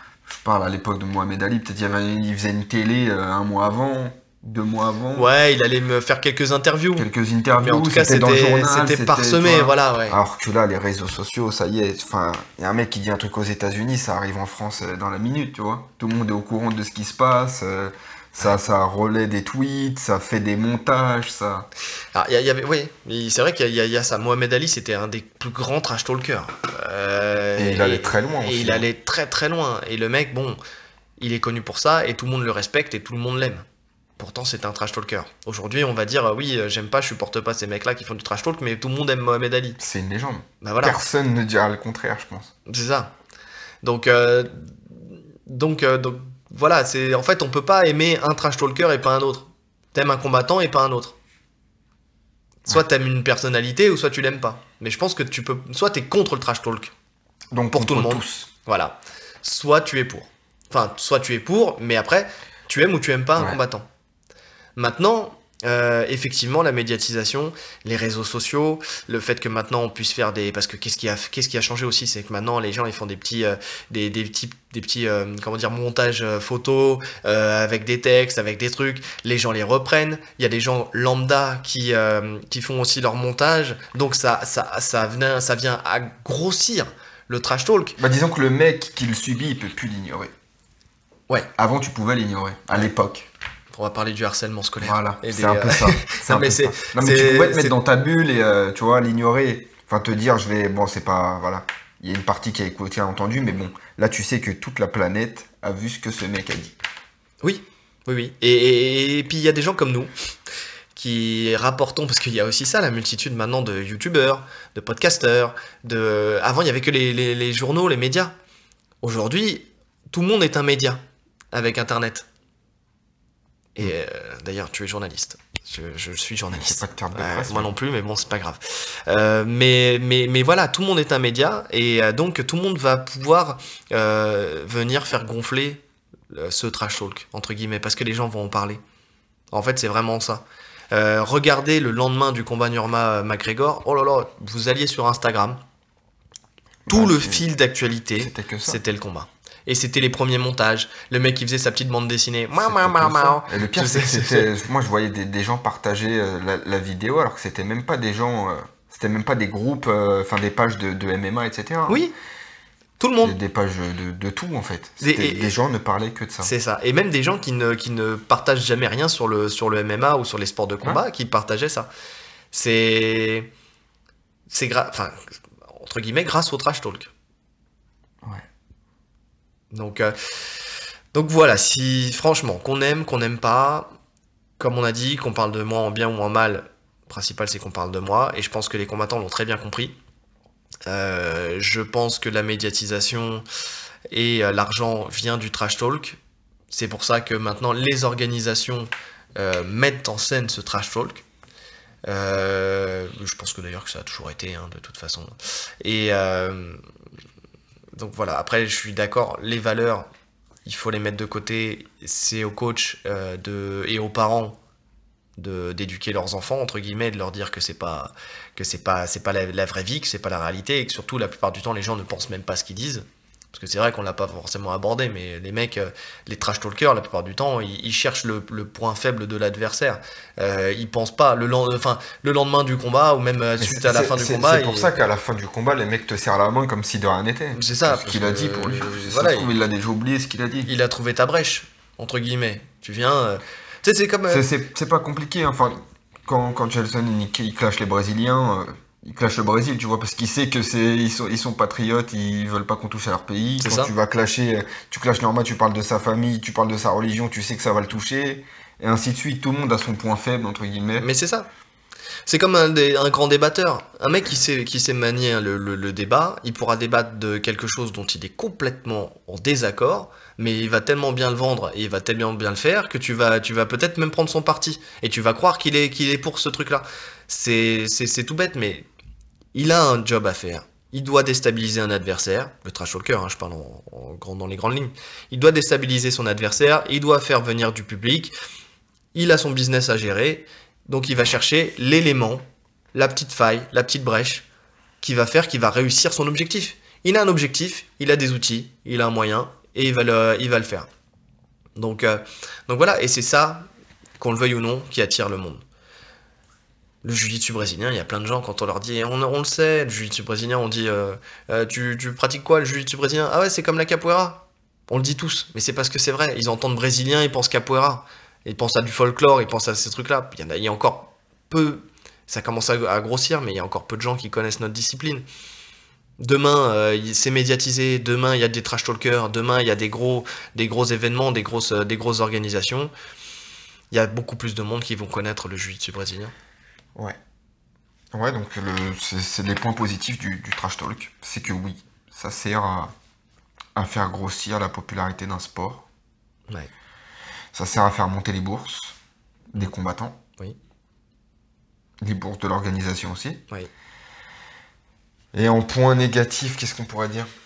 parle à l'époque de Mohamed Ali, peut-être il faisait une télé un mois avant, 2 mois avant, Ouais, il allait me faire quelques interviews. quelques Mais en interviews, tout cas, c'était dans le journal, c'était c'était, tu parsemé, vois. voilà, ouais. Alors que là, les réseaux sociaux, ça y est, enfin, il y a un mec qui dit un truc aux États-Unis, ça arrive en France dans la minute, tu vois. Tout le monde est au courant de ce qui se passe, ça relaie des tweets, ça fait des montages, ça. Alors, oui, c'est vrai qu'il y a ça. Mohamed Ali, c'était un des plus grands trash talkers. Et il allait très loin Et aussi, il hein. allait très très loin. Et le mec, bon, il est connu pour ça et tout le monde le respecte et tout le monde l'aime. Pourtant, c'est un trash talker. Aujourd'hui, on va dire, oui, j'aime pas, je supporte pas ces mecs-là qui font du trash talk, mais tout le monde aime Mohamed Ali. C'est une légende. Bah voilà, Personne ne dira le contraire, je pense. c'est ça. Donc, euh, donc voilà, en fait, on peut pas aimer un trash talker et pas un autre. T'aimes un combattant et pas un autre. Soit Ouais. t'aimes une personnalité ou soit tu l'aimes pas. Mais je pense que tu peux. Soit t'es contre le trash talk, Donc pour tout le contre monde. tous. Voilà. Soit tu es pour. Enfin, soit tu es pour, mais après, tu aimes ou tu aimes pas un Ouais. combattant. Maintenant, effectivement, la médiatisation, les réseaux sociaux, le fait que maintenant on puisse faire des... Parce que qu'est-ce qui a changé aussi, c'est que maintenant les gens ils font des petits, comment dire, montages photos avec des textes, avec des trucs. Les gens les reprennent. Il y a des gens lambda qui font aussi leur montage. Donc ça vient à grossir le trash talk. Bah disons que le mec qui le subit, il peut plus l'ignorer. Ouais, Avant, tu pouvais l'ignorer, à Ouais. l'époque. on va parler du harcèlement scolaire. Voilà, Et c'est des, un peu ça. C'est Non un mais peu c'est... ça. Non mais tu pouvais te mettre dans ta bulle et tu vois, l'ignorer. Enfin, te dire, je vais. Bon, c'est pas. Voilà. Il y a une partie qui a écouté, a entendu, mais bon, là, tu sais que toute la planète a vu ce que ce mec a dit. Oui, oui, oui. Et puis il y a des gens comme nous qui rapportons, parce qu'il y a aussi ça, la multitude maintenant de youtubeurs, de podcasteurs, de... Avant, il y avait que les journaux, les médias. Aujourd'hui, tout le monde est un média avec Internet. Et d'ailleurs, tu es journaliste. Je suis J'ai journaliste. pas de carte de Ouais, presse. moi non plus, mais bon, c'est pas grave. Mais voilà, tout le monde est un média, et donc tout le monde va pouvoir venir faire gonfler ce trash talk, entre guillemets, parce que les gens vont en parler. En fait, c'est vraiment ça. Regardez le lendemain du combat Nurma-McGregor, oh là là, vous alliez sur Instagram, tout Bah, le fil d'actualité, c'était que ça. c'était le combat. Et c'était les premiers montages, le mec qui faisait sa petite bande dessinée. C'était que ça. Et le pire, Tu c'est sais, que c'était. Moi, je voyais des gens partager la vidéo, alors que c'était même pas des gens. C'était même pas des groupes, enfin des pages de MMA, etc. Oui, tout le monde. Des pages de tout, en fait. Et- Des gens ne parlaient que de ça. C'est ça. Et même des gens qui ne partagent jamais rien sur le MMA ou sur les sports de combat, qui partageaient ça. C'est enfin, entre guillemets, grâce au trash talk. Ouais. Donc, donc voilà, si franchement, qu'on n'aime pas, comme on a dit, qu'on parle de moi en bien ou en mal, le principal c'est qu'on parle de moi, et je pense que les combattants l'ont très bien compris. Je pense que la médiatisation et l'argent vient du trash talk. C'est pour ça que maintenant les organisations mettent en scène ce trash talk. Je pense que d'ailleurs que ça a toujours été, hein, de toute façon. Et donc voilà, après je suis d'accord, les valeurs, il faut les mettre de côté. C'est aux coachs et aux parents d'éduquer leurs enfants, entre guillemets, de leur dire que c'est pas la vraie vie, que c'est pas la réalité, et que surtout la plupart du temps les gens ne pensent même pas ce qu'ils disent. Parce que c'est vrai qu'on l'a pas forcément abordé, mais les mecs, les trash talkers, la plupart du temps, ils cherchent le point faible de l'adversaire. Ils pensent pas le lendemain du combat ou même Mais suite à la fin du combat. c'est pour ça qu'à la fin du combat, les mecs te serrent la main comme si de rien n'était. C'est ça. Ce qu'il a dit pour lui. Voilà, Ça se trouve, il a déjà oublié ce qu'il a dit. il a trouvé ta brèche, entre guillemets. Tu viens. Tu sais, c'est comme. C'est pas compliqué, hein. Enfin, quand Gelson il clash les Brésiliens, il clash le Brésil, tu vois, parce qu'il sait que ils sont patriotes, ils veulent pas qu'on touche à leur pays. C'est Quand ça. tu vas clasher, tu clashes Norma, tu parles de sa famille, tu parles de sa religion, tu sais que ça va le toucher, et ainsi de suite. Tout le monde a son point faible, entre guillemets. Mais c'est ça. C'est comme un grand débatteur. Un mec qui sait manier le débat, il pourra débattre de quelque chose dont il est complètement en désaccord, mais il va tellement bien le vendre et il va tellement bien le faire que tu vas peut-être même prendre son parti. Et tu vas croire qu'il est pour ce truc-là. C'est tout bête, mais il a un job à faire. Il doit déstabiliser un adversaire, le trash talker, hein, je parle dans les grandes lignes. Il doit déstabiliser son adversaire, il doit faire venir du public, il a son business à gérer, donc il va chercher l'élément, la petite faille, la petite brèche, qui va réussir son objectif. Il a un objectif, il a des outils, il a un moyen, et il va le faire. Donc voilà, et c'est ça, qu'on le veuille ou non, qui attire le monde. Le jiu-jitsu brésilien, il y a plein de gens, quand on leur dit, on le sait, le jiu-jitsu brésilien, on dit, tu pratiques quoi le jiu-jitsu brésilien? Ah ouais, c'est comme la capoeira. On le dit tous, mais c'est parce que c'est vrai. Ils entendent brésilien, ils pensent capoeira. Ils pensent à du folklore, ils pensent à ces trucs-là. Il y a encore peu, ça commence à grossir, mais il y a encore peu de gens qui connaissent notre discipline. Demain, c'est médiatisé. Demain, il y a des trash talkers. Demain, il y a des gros événements, des grosses organisations. Il y a beaucoup plus de monde qui vont connaître le jiu-jitsu brésilien. Ouais. Ouais, donc c'est les points positifs du trash talk. C'est que oui, ça sert à faire grossir la popularité d'un sport. Ouais. Ça sert à faire monter les bourses des combattants. Oui. Les bourses de l'organisation aussi. Oui. Et en point négatif, qu'est-ce qu'on pourrait dire?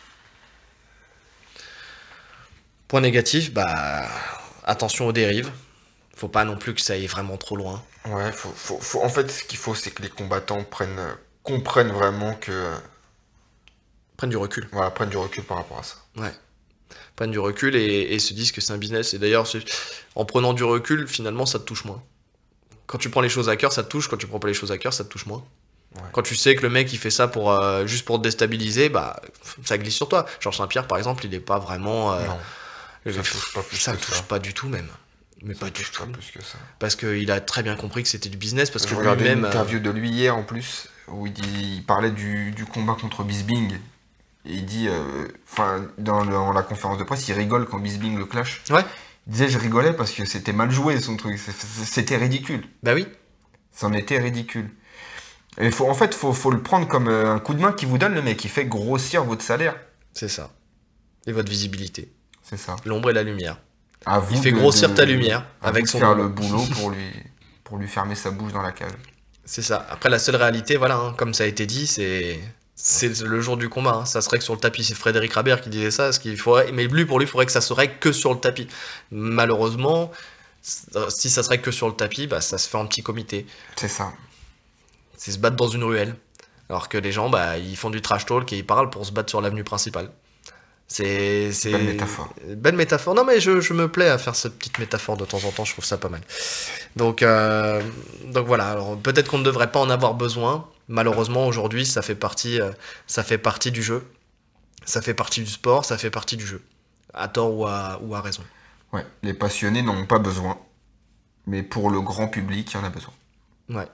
Point négatif, attention aux dérives. Faut pas non plus que ça aille vraiment trop loin. Ouais, en fait, ce qu'il faut, c'est que les combattants comprennent vraiment que... Prennent du recul. Voilà, prennent du recul par rapport à ça. Ouais. Prennent du recul et se disent que c'est un business. Et d'ailleurs, en prenant du recul, finalement, ça te touche moins. Quand tu prends les choses à cœur, ça te touche. Quand tu prends pas les choses à cœur, ça te touche moins. Ouais. Quand tu sais que le mec il fait ça pour juste pour te déstabiliser, ça glisse sur toi. Georges Saint-Pierre par exemple, il est pas vraiment. Non, ça touche pas plus ça que touche ça. pas du tout même. Mais Ça pas du touche tout. pas plus que ça. Parce qu'il a très bien compris que c'était du business. Parce Je que regardais une lui-même. interview de lui hier en plus, où il parlait du combat contre Bisping. Et il dit, dans la conférence de presse, il rigole quand Bisping le clash. Ouais. Il disait, je rigolais parce que c'était mal joué son truc, c'était ridicule. Bah oui. C'en était ridicule. Et faut le prendre comme un coup de main qui vous donne le mec, qui fait grossir votre salaire. C'est ça. Et votre visibilité. C'est ça. L'ombre et la lumière. À vous Il fait grossir ta lumière à avec vous de son faire ombre. le boulot pour lui fermer sa bouche dans la cage. C'est ça. Après la seule réalité, voilà, hein, comme ça a été dit, c'est le jour du combat. Hein. Ça serait que sur le tapis. C'est Frédéric Rabert qui disait ça. Mais lui, pour lui, il faudrait que ça serait que sur le tapis. Malheureusement, si ça serait que sur le tapis, ça se fait en petit comité. C'est ça. C'est se battre dans une ruelle. Alors que les gens, ils font du trash talk et ils parlent pour se battre sur l'avenue principale. C'est Belle métaphore. Belle métaphore. Non, mais je me plais à faire cette petite métaphore de temps en temps. Je trouve ça pas mal. Donc voilà. Alors, peut-être qu'on ne devrait pas en avoir besoin. Malheureusement, aujourd'hui, ça fait partie du jeu. Ça fait partie du sport. Ça fait partie du jeu. À tort ou à raison. Ouais. Les passionnés n'en ont pas besoin. Mais pour le grand public, il y en a besoin. Ouais.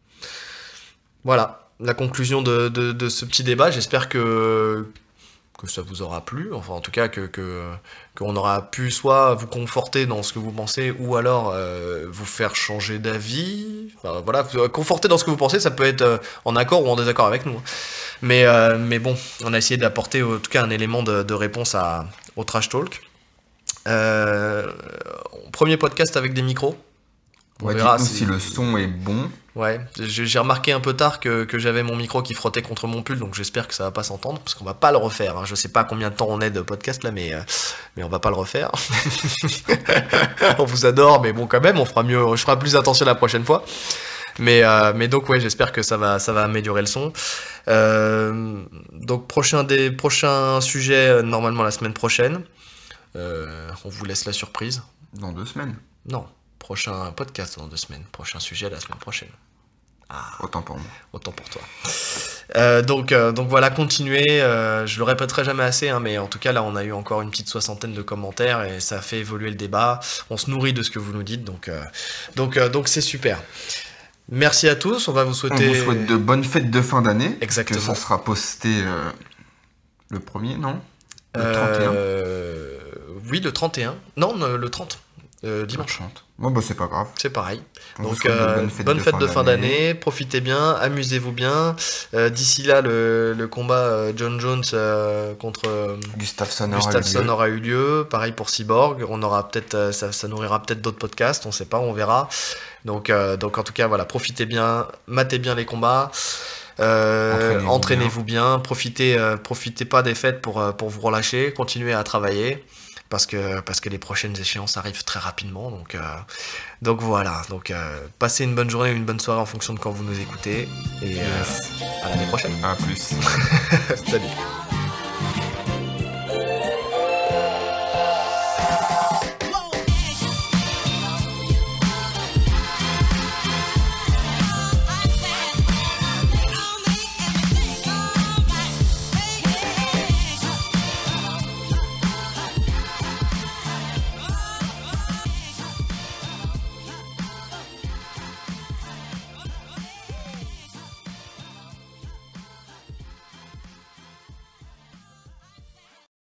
Voilà. La conclusion de ce petit débat. J'espère que ça vous aura plu, enfin en tout cas qu'on aura pu soit vous conforter dans ce que vous pensez ou alors vous faire changer d'avis. Enfin, voilà, conforter dans ce que vous pensez, ça peut être en accord ou en désaccord avec nous. Mais bon, on a essayé d'apporter en tout cas un élément de réponse au trash talk. Premier podcast avec des micros. On verra si le son est bon. Ouais, j'ai remarqué un peu tard que j'avais mon micro qui frottait contre mon pull, donc j'espère que ça va pas s'entendre, parce qu'on va pas le refaire. Hein. Je sais pas combien de temps on est de podcast là, mais on va pas le refaire. On vous adore, mais bon quand même, on fera mieux, je ferai plus attention la prochaine fois. Mais donc ouais, j'espère que ça va améliorer le son. Donc prochain sujet normalement la semaine prochaine. On vous laisse la surprise. Dans 2 semaines. Non. Prochain podcast dans 2 semaines. Prochain sujet la semaine prochaine. Ah, autant pour moi. Autant pour toi. Donc voilà, continuez. Je le répéterai jamais assez, hein, mais en tout cas là on a eu encore une petite 60aine de commentaires et ça a fait évoluer le débat. On se nourrit de ce que vous nous dites, donc c'est super. Merci à tous. On va vous souhaiter. On vous souhaite de bonnes fêtes de fin d'année. Exactement. Que ça sera posté le 1er, non? Le 31. Oui, le 31. Non, le 30. Dimanche. Bon, c'est pas grave. C'est pareil. Donc, bonne fête de fin d'année. Profitez bien, amusez-vous bien. D'ici là, le combat John Jones contre Gustafsson aura eu lieu. Pareil pour Cyborg. On aura peut-être, ça nourrira peut-être d'autres podcasts. On sait pas, on verra. Donc en tout cas, voilà, profitez bien, matez bien les combats. Entraînez-vous bien. Profitez pas des fêtes pour vous relâcher. Continuez à travailler. Parce que les prochaines échéances arrivent très rapidement, donc voilà. Donc passez une bonne journée ou une bonne soirée en fonction de quand vous nous écoutez, et à l'année prochaine. À plus. Salut.